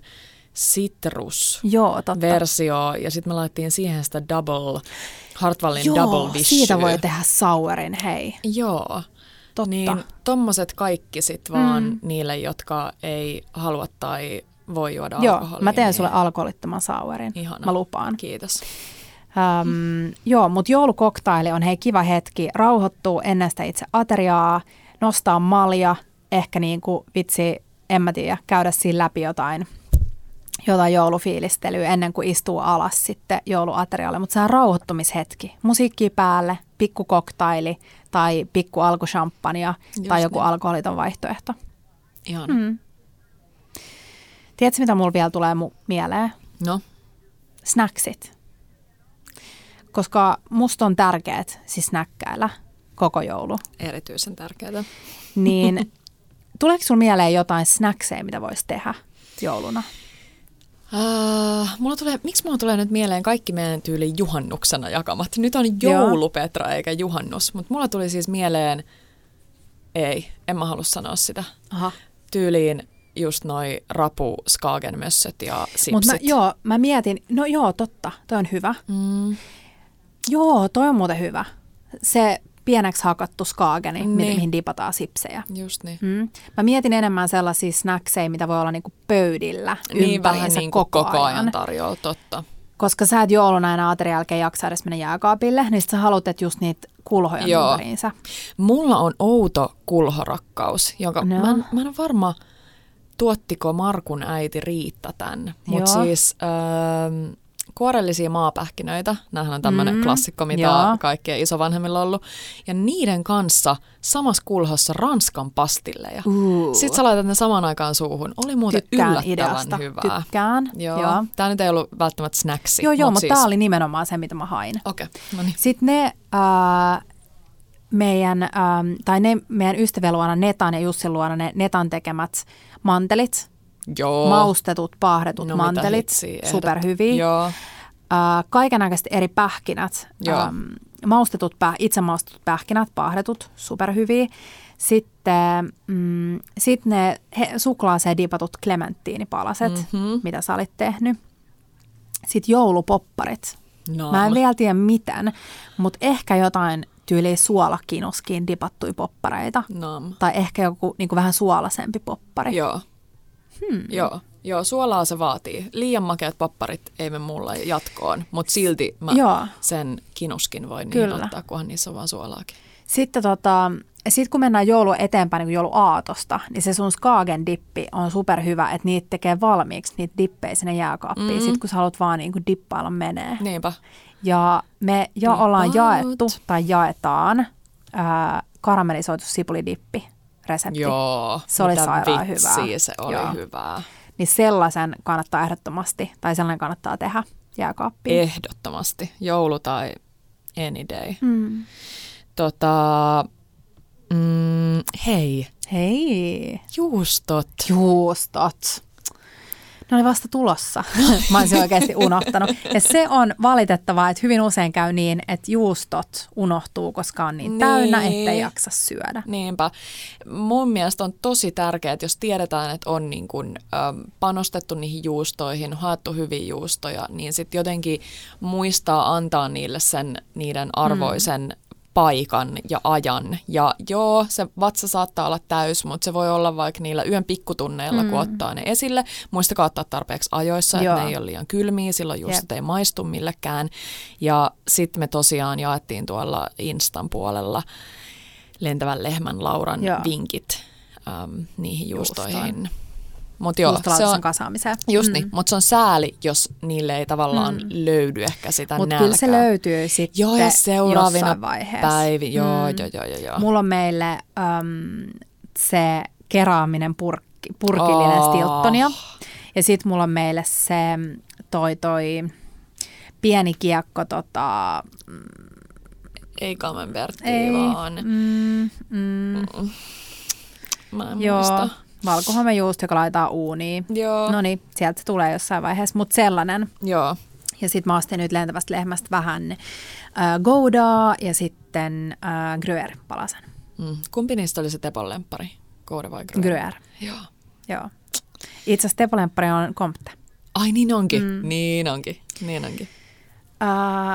citrus-versio ja sitten me laitettiin siihen sitä Hartwallin double dish. Siitä voi tehdä sourin, hei. Joo. totta. Niin tommoset kaikki sit vaan niille, jotka ei halua tai voi juoda alkoholia. Joo, mä teen sulle alkoholittoman sauerin. Ihana. Mä lupaan. Kiitos. Joo, mutta joulukoktaili on kiva hetki. Rauhoittuu ennen sitä itse ateriaa, nostaa malja, ehkä vitsi, en mä tiedä, käydä siinä läpi jotain joulufiilistelyä ennen kuin istuu alas sitten jouluaterialle. Mutta se on rauhoittumishetki. Musiikki päälle, pikku koktaili tai pikku alkushamppania tai joku alkoholiton vaihtoehto. Ihana. Tiedätkö, mitä mulla vielä tulee mieleen? No? Snacksit. Koska musta on tärkeää siis snäkkäillä koko joulu. Erityisen tärkeää. Niin tuleeko sulla mieleen jotain snackseja, mitä voisi tehdä jouluna? Miksi mulla tulee nyt mieleen kaikki meidän tyyli juhannuksena jakamat? Nyt on joulu, Petra, eikä juhannus. Mutta mulla tuli siis mieleen, en mä halua sanoa sitä. Aha. Tyyliin just noi rapu, skagenmössöt ja sipsit. Mutta mä mietin, totta, toi on hyvä. Joo, toi on muuten hyvä. Se pieneksi hakattu skaageni, mihin dipataan sipsejä. Just niin. Mä mietin enemmän sellaisia snackseja, mitä voi olla pöydillä ympäriinsä koko ajan tarjolla, totta. Koska sä et jouluna enää aterian jälkeen jaksa edes mennä jääkaapille, niin sit sä haluat, että just niitä kulhoja ympäriinsä. Mulla on outo kulhorakkaus, jonka mä en ole varma, tuottiko Markun äiti Riitta tän. Mutta siis kuorellisia maapähkinöitä, nämähän on tämmöinen klassikko, mitä kaikkien isovanhemmilla on ollut. Ja niiden kanssa samassa kulhossa Ranskan pastilleja. Sitten sä laitat ne samaan aikaan suuhun. Oli muuten yllättävän ideasta. hyvää. Tykkään. Joo. Tämä nyt ei ollut välttämättä snacksi. Joo, mutta tämä oli nimenomaan se, mitä mä hain. Okei, no niin. Sitten ne meidän ystävien luona Netan ja Jussin luona ne Netan tekemät mantelit. Joo. Maustetut, paahdetut mantelit, superhyviä. Joo. Kaikennäköiset eri pähkinät, itse maustetut pähkinät, paahdetut, superhyviä. Sitten ne suklaaseen dipatut klementtiinipalaset, mitä sä olit tehnyt. Sitten joulupopparit. No. Mä en vielä tiedä miten, mutta ehkä jotain tyyliin suolakinuskiin dipattui poppareita. No. Tai ehkä joku vähän suolaisempi poppari. Joo. Joo, suolaa se vaatii. Liian makeat popparit ei mene mulla jatkoon, mutta silti mä sen kinuskin voin niin ottaa, kunhan niissä on vaan suolaakin. Sitten kun mennään joulua eteenpäin, niin jouluaatosta, niin se sun Skagen dippi on superhyvä, että niitä tekee valmiiksi, niitä dippejä sinne jääkaappiin. Sitten kun sä haluat vaan dippailla menee. Niinpä. Ja me ollaan jaettu tai jaetaan karamellisoitu sipulidippi. Resepti. Joo, se oli sairaan hyvää. Se oli hyvää. Niin sellaisen kannattaa ehdottomasti, tai sellainen kannattaa tehdä jääkaappiin. Ehdottomasti. Joulu tai any day. Hei. Juustot. Ne oli vasta tulossa. Mä olisin oikeasti unohtanut. Ja se on valitettavaa, että hyvin usein käy niin, että juustot unohtuu, koska on niin täynnä, ettei jaksa syödä. Niinpä. Mun mielestä on tosi tärkeää, että jos tiedetään, että on niin kun, panostettu niihin juustoihin, haettu hyviä juustoja, niin sitten jotenkin muistaa antaa niille niiden arvoisen paikan ja ajan. Ja se vatsa saattaa olla täys, mutta se voi olla vaikka niillä yön pikkutunneilla, kun ottaa ne esille. Muistakaa ottaa tarpeeksi ajoissa, että ne ei ole liian kylmiä, silloin juustot ei maistu millekään. Ja sitten me tosiaan jaettiin tuolla Instan puolella Lentävän lehmän Lauran vinkit niihin juustoihin. Mut se on kasaamiseen. Just niin, mutta se on sääli, jos niille ei tavallaan löydy ehkä sitä nälkää. Mutta kyllä se löytyy sitten ja seuraavina päivinä. Joo. Mulla on meille se keraaminen purkillinen Stiltonia. Ja sitten mulla on meille se toi pieni kiekko ei Camembertia, vaan mä en muista. Valkohomejuusto, joka laitetaan uuniin. No niin, sieltä se tulee jossain vaiheessa, mutta sellainen. Joo. Ja sitten mä ostin nyt Lentävästä lehmästä vähän goudaa ja sitten gruyère-palasen. Kumpi niistä oli se Tepon lemppari? Gouda vai gruyère? Gruyère. Joo. Itse asiassa Tepon lemppari on Comte. Ai niin onkin. Niin onkin.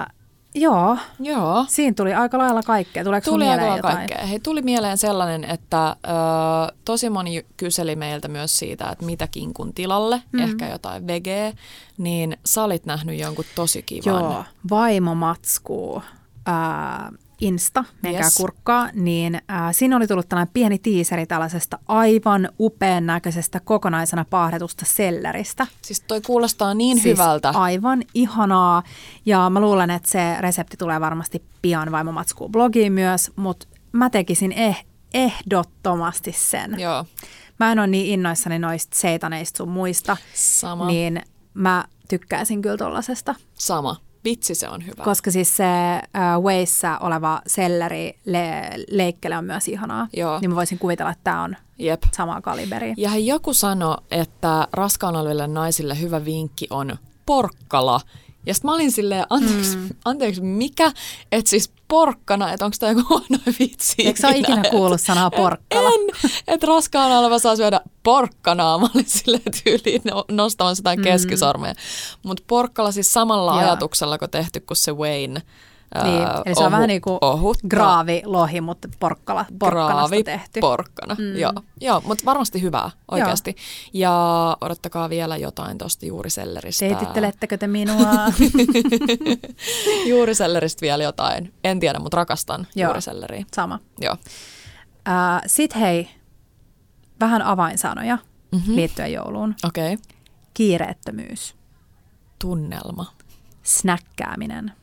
Joo. Joo. Siinä tuli aika lailla kaikkea. Tuleeko sun mieleen jotain? Kaikkea. Hei, tuli mieleen sellainen, että tosi moni kyseli meiltä myös siitä, että mitä kinkun tilalle, ehkä jotain vegeä, niin sä olit nähnyt jonkun tosi kivan. Joo, vaimomatskuu. Insta, menkää kurkkaa, niin siinä oli tullut tällainen pieni tiiseri tällaisesta aivan upean näköisestä kokonaisena paahdetusta selleristä. Siis toi kuulostaa niin hyvältä. Aivan ihanaa, ja mä luulen, että se resepti tulee varmasti pian vaimomatskuun blogiin myös, mutta mä tekisin ehdottomasti sen. Joo. Mä en ole niin innoissani noista seitaneista sun muista, Sama. Niin mä tykkäisin kyllä tollasesta. Sama. Vitsi, se on hyvä. Koska siis se Wayssä oleva selleri leikkele on myös ihanaa. Joo. Niin mä voisin kuvitella, että tämä on samaa kaliberia. Ja joku sanoi, että raskaana oleville naisille hyvä vinkki on porkkala. Ja sitten mä olin silleen, anteeksi mikä? Että siis porkkana, että onko tämä joku huono vitsi? Eikö sä ole ikinä kuullut sanaa porkkala? En, että raskaana oleva saa syödä porkkanaa. Mä olin silleen tyyliin nostamassa jotain keskisormea. Mutta porkkala siis samalla ajatuksella kuin tehty kuin se Wayne. Niin, eli se on vähän niin kuin graavilohi, mutta porkkanasta tehty. Porkkana, joo, mutta varmasti hyvää oikeasti. Joo. Ja odottakaa vielä jotain tuosta juuriselleristä. Teitittelettekö te minua? Juuriselleristä vielä jotain. En tiedä, mutta rakastan juuriselleriä. Sama. Joo. Sitten hei, vähän avainsanoja liittyen jouluun. Okei. Okay. Kiireettömyys. Tunnelma. Snäkkääminen.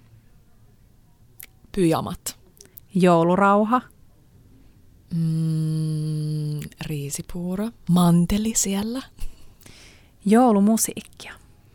Pyjamat. Joulurauha. Riisipuuro. Manteli siellä. Joulumusiikkia.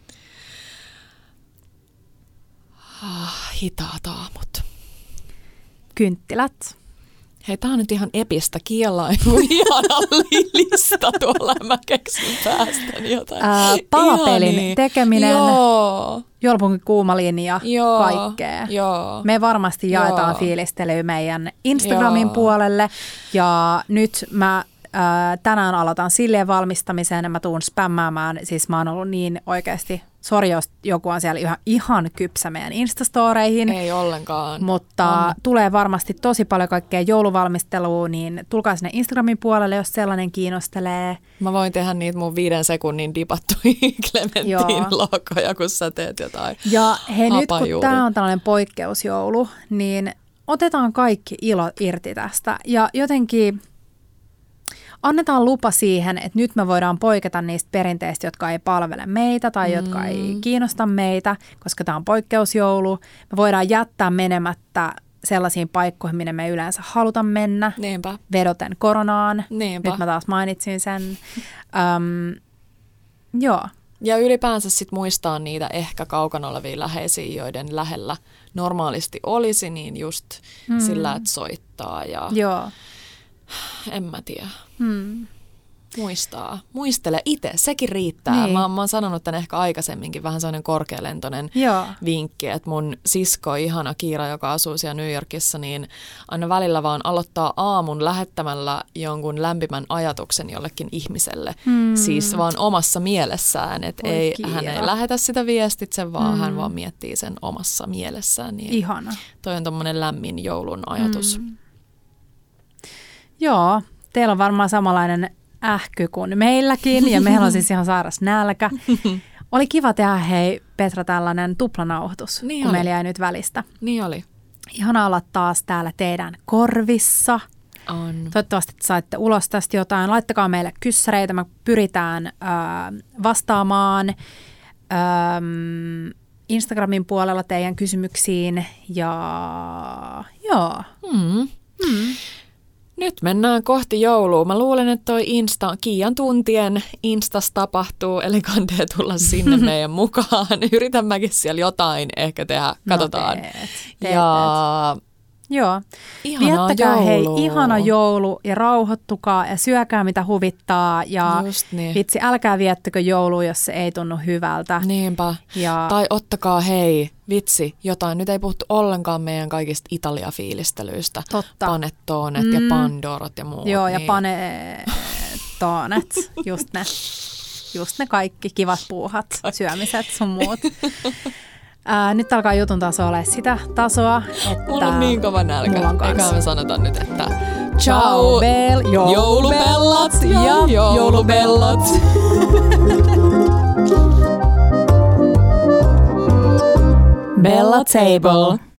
Hitaat aamut. Kynttilät. Hei, tää on nyt ihan epistä kielainut ihana lista tuolla, mä keksin päästäni jotain. Palapelin tekeminen, joulupunkin kuuma linja, kaikkea. Joo. Me varmasti jaetaan fiilistelyä meidän Instagramin puolelle, ja nyt mä tänään aloitan silleen valmistamiseen, ja mä tuun spämmäämään, siis mä oon ollut niin oikeasti, sori jos joku on siellä ihan kypsä meidän Instastoreihin. Ei ollenkaan. Mutta tulee varmasti tosi paljon kaikkea jouluvalmistelua, niin tulkaa sinne Instagramin puolelle, jos sellainen kiinnostelee. Mä voin tehdä niitä mun 5 sekunnin dipattuja Clementine-logoja, kun sä teet jotain. Ja hei, nyt kun tää on tällainen poikkeusjoulu, niin otetaan kaikki ilo irti tästä. Ja jotenkin annetaan lupa siihen, että nyt me voidaan poiketa niistä perinteistä, jotka ei palvele meitä tai jotka ei kiinnosta meitä, koska tämä on poikkeusjoulu. Me voidaan jättää menemättä sellaisiin paikkoihin, minne me yleensä halutaan mennä. Niinpä. Vedoten koronaan. Niinpä. Nyt mä taas mainitsin sen. Joo. Ja ylipäänsä sit muistaa niitä ehkä kaukana olevia läheisiä, joiden lähellä normaalisti olisi, niin just sillä, että soittaa ja... Joo. En mä tiedä. Muistele itse, sekin riittää. Niin. Mä oon sanonut tämän ehkä aikaisemminkin, vähän sellainen korkealentoinen vinkki, että mun sisko, ihana Kiira, joka asuu siellä New Yorkissa, niin aina välillä vaan aloittaa aamun lähettämällä jonkun lämpimän ajatuksen jollekin ihmiselle. Siis vaan omassa mielessään, että hän ei lähetä sitä viestitse, vaan hän vaan miettii sen omassa mielessään. Niin ihana. Toi on tommonen lämmin joulun ajatus. Joo, teillä on varmaan samanlainen ähky kuin meilläkin, ja meillä on siis ihan sairas nälkä. Oli kiva tehdä, hei Petra, tällainen tuplanauhoitus, kun meillä jäi nyt välistä. Niin oli. Ihana olla taas täällä teidän korvissa. On. Toivottavasti saitte ulos tästä jotain. Laittakaa meille kyssäreitä, me pyritään vastaamaan Instagramin puolella teidän kysymyksiin. Ja joo. Nyt mennään kohti joulua. Mä luulen, että toi Kiian tuntien Instas tapahtuu, eli kannattaa tulla sinne meidän mukaan. Yritän mäkin siellä jotain ehkä tehdä. Katsotaan. Teet. Joo. Viettäkää ihana joulu ja rauhoittukaa ja syökää mitä huvittaa. Ja niin. Vitsi, älkää viettäkö joulua, jos se ei tunnu hyvältä. Niinpä. Tai ottakaa vitsi, jotain. Nyt ei puhuttu ollenkaan meidän kaikista Italia-fiilistelyistä. Totta. Panettonet ja pandorot ja muut. Joo, ja panettonet. Just ne kaikki kivat puuhat, syömiset sun muut. Nyt alkaa jutun taso ole sitä tasoa, että... Mulla on niin kova nälkä. Eikä me sanota nyt, että... Ciao, joulubellat ja joulubellat. Bella Table.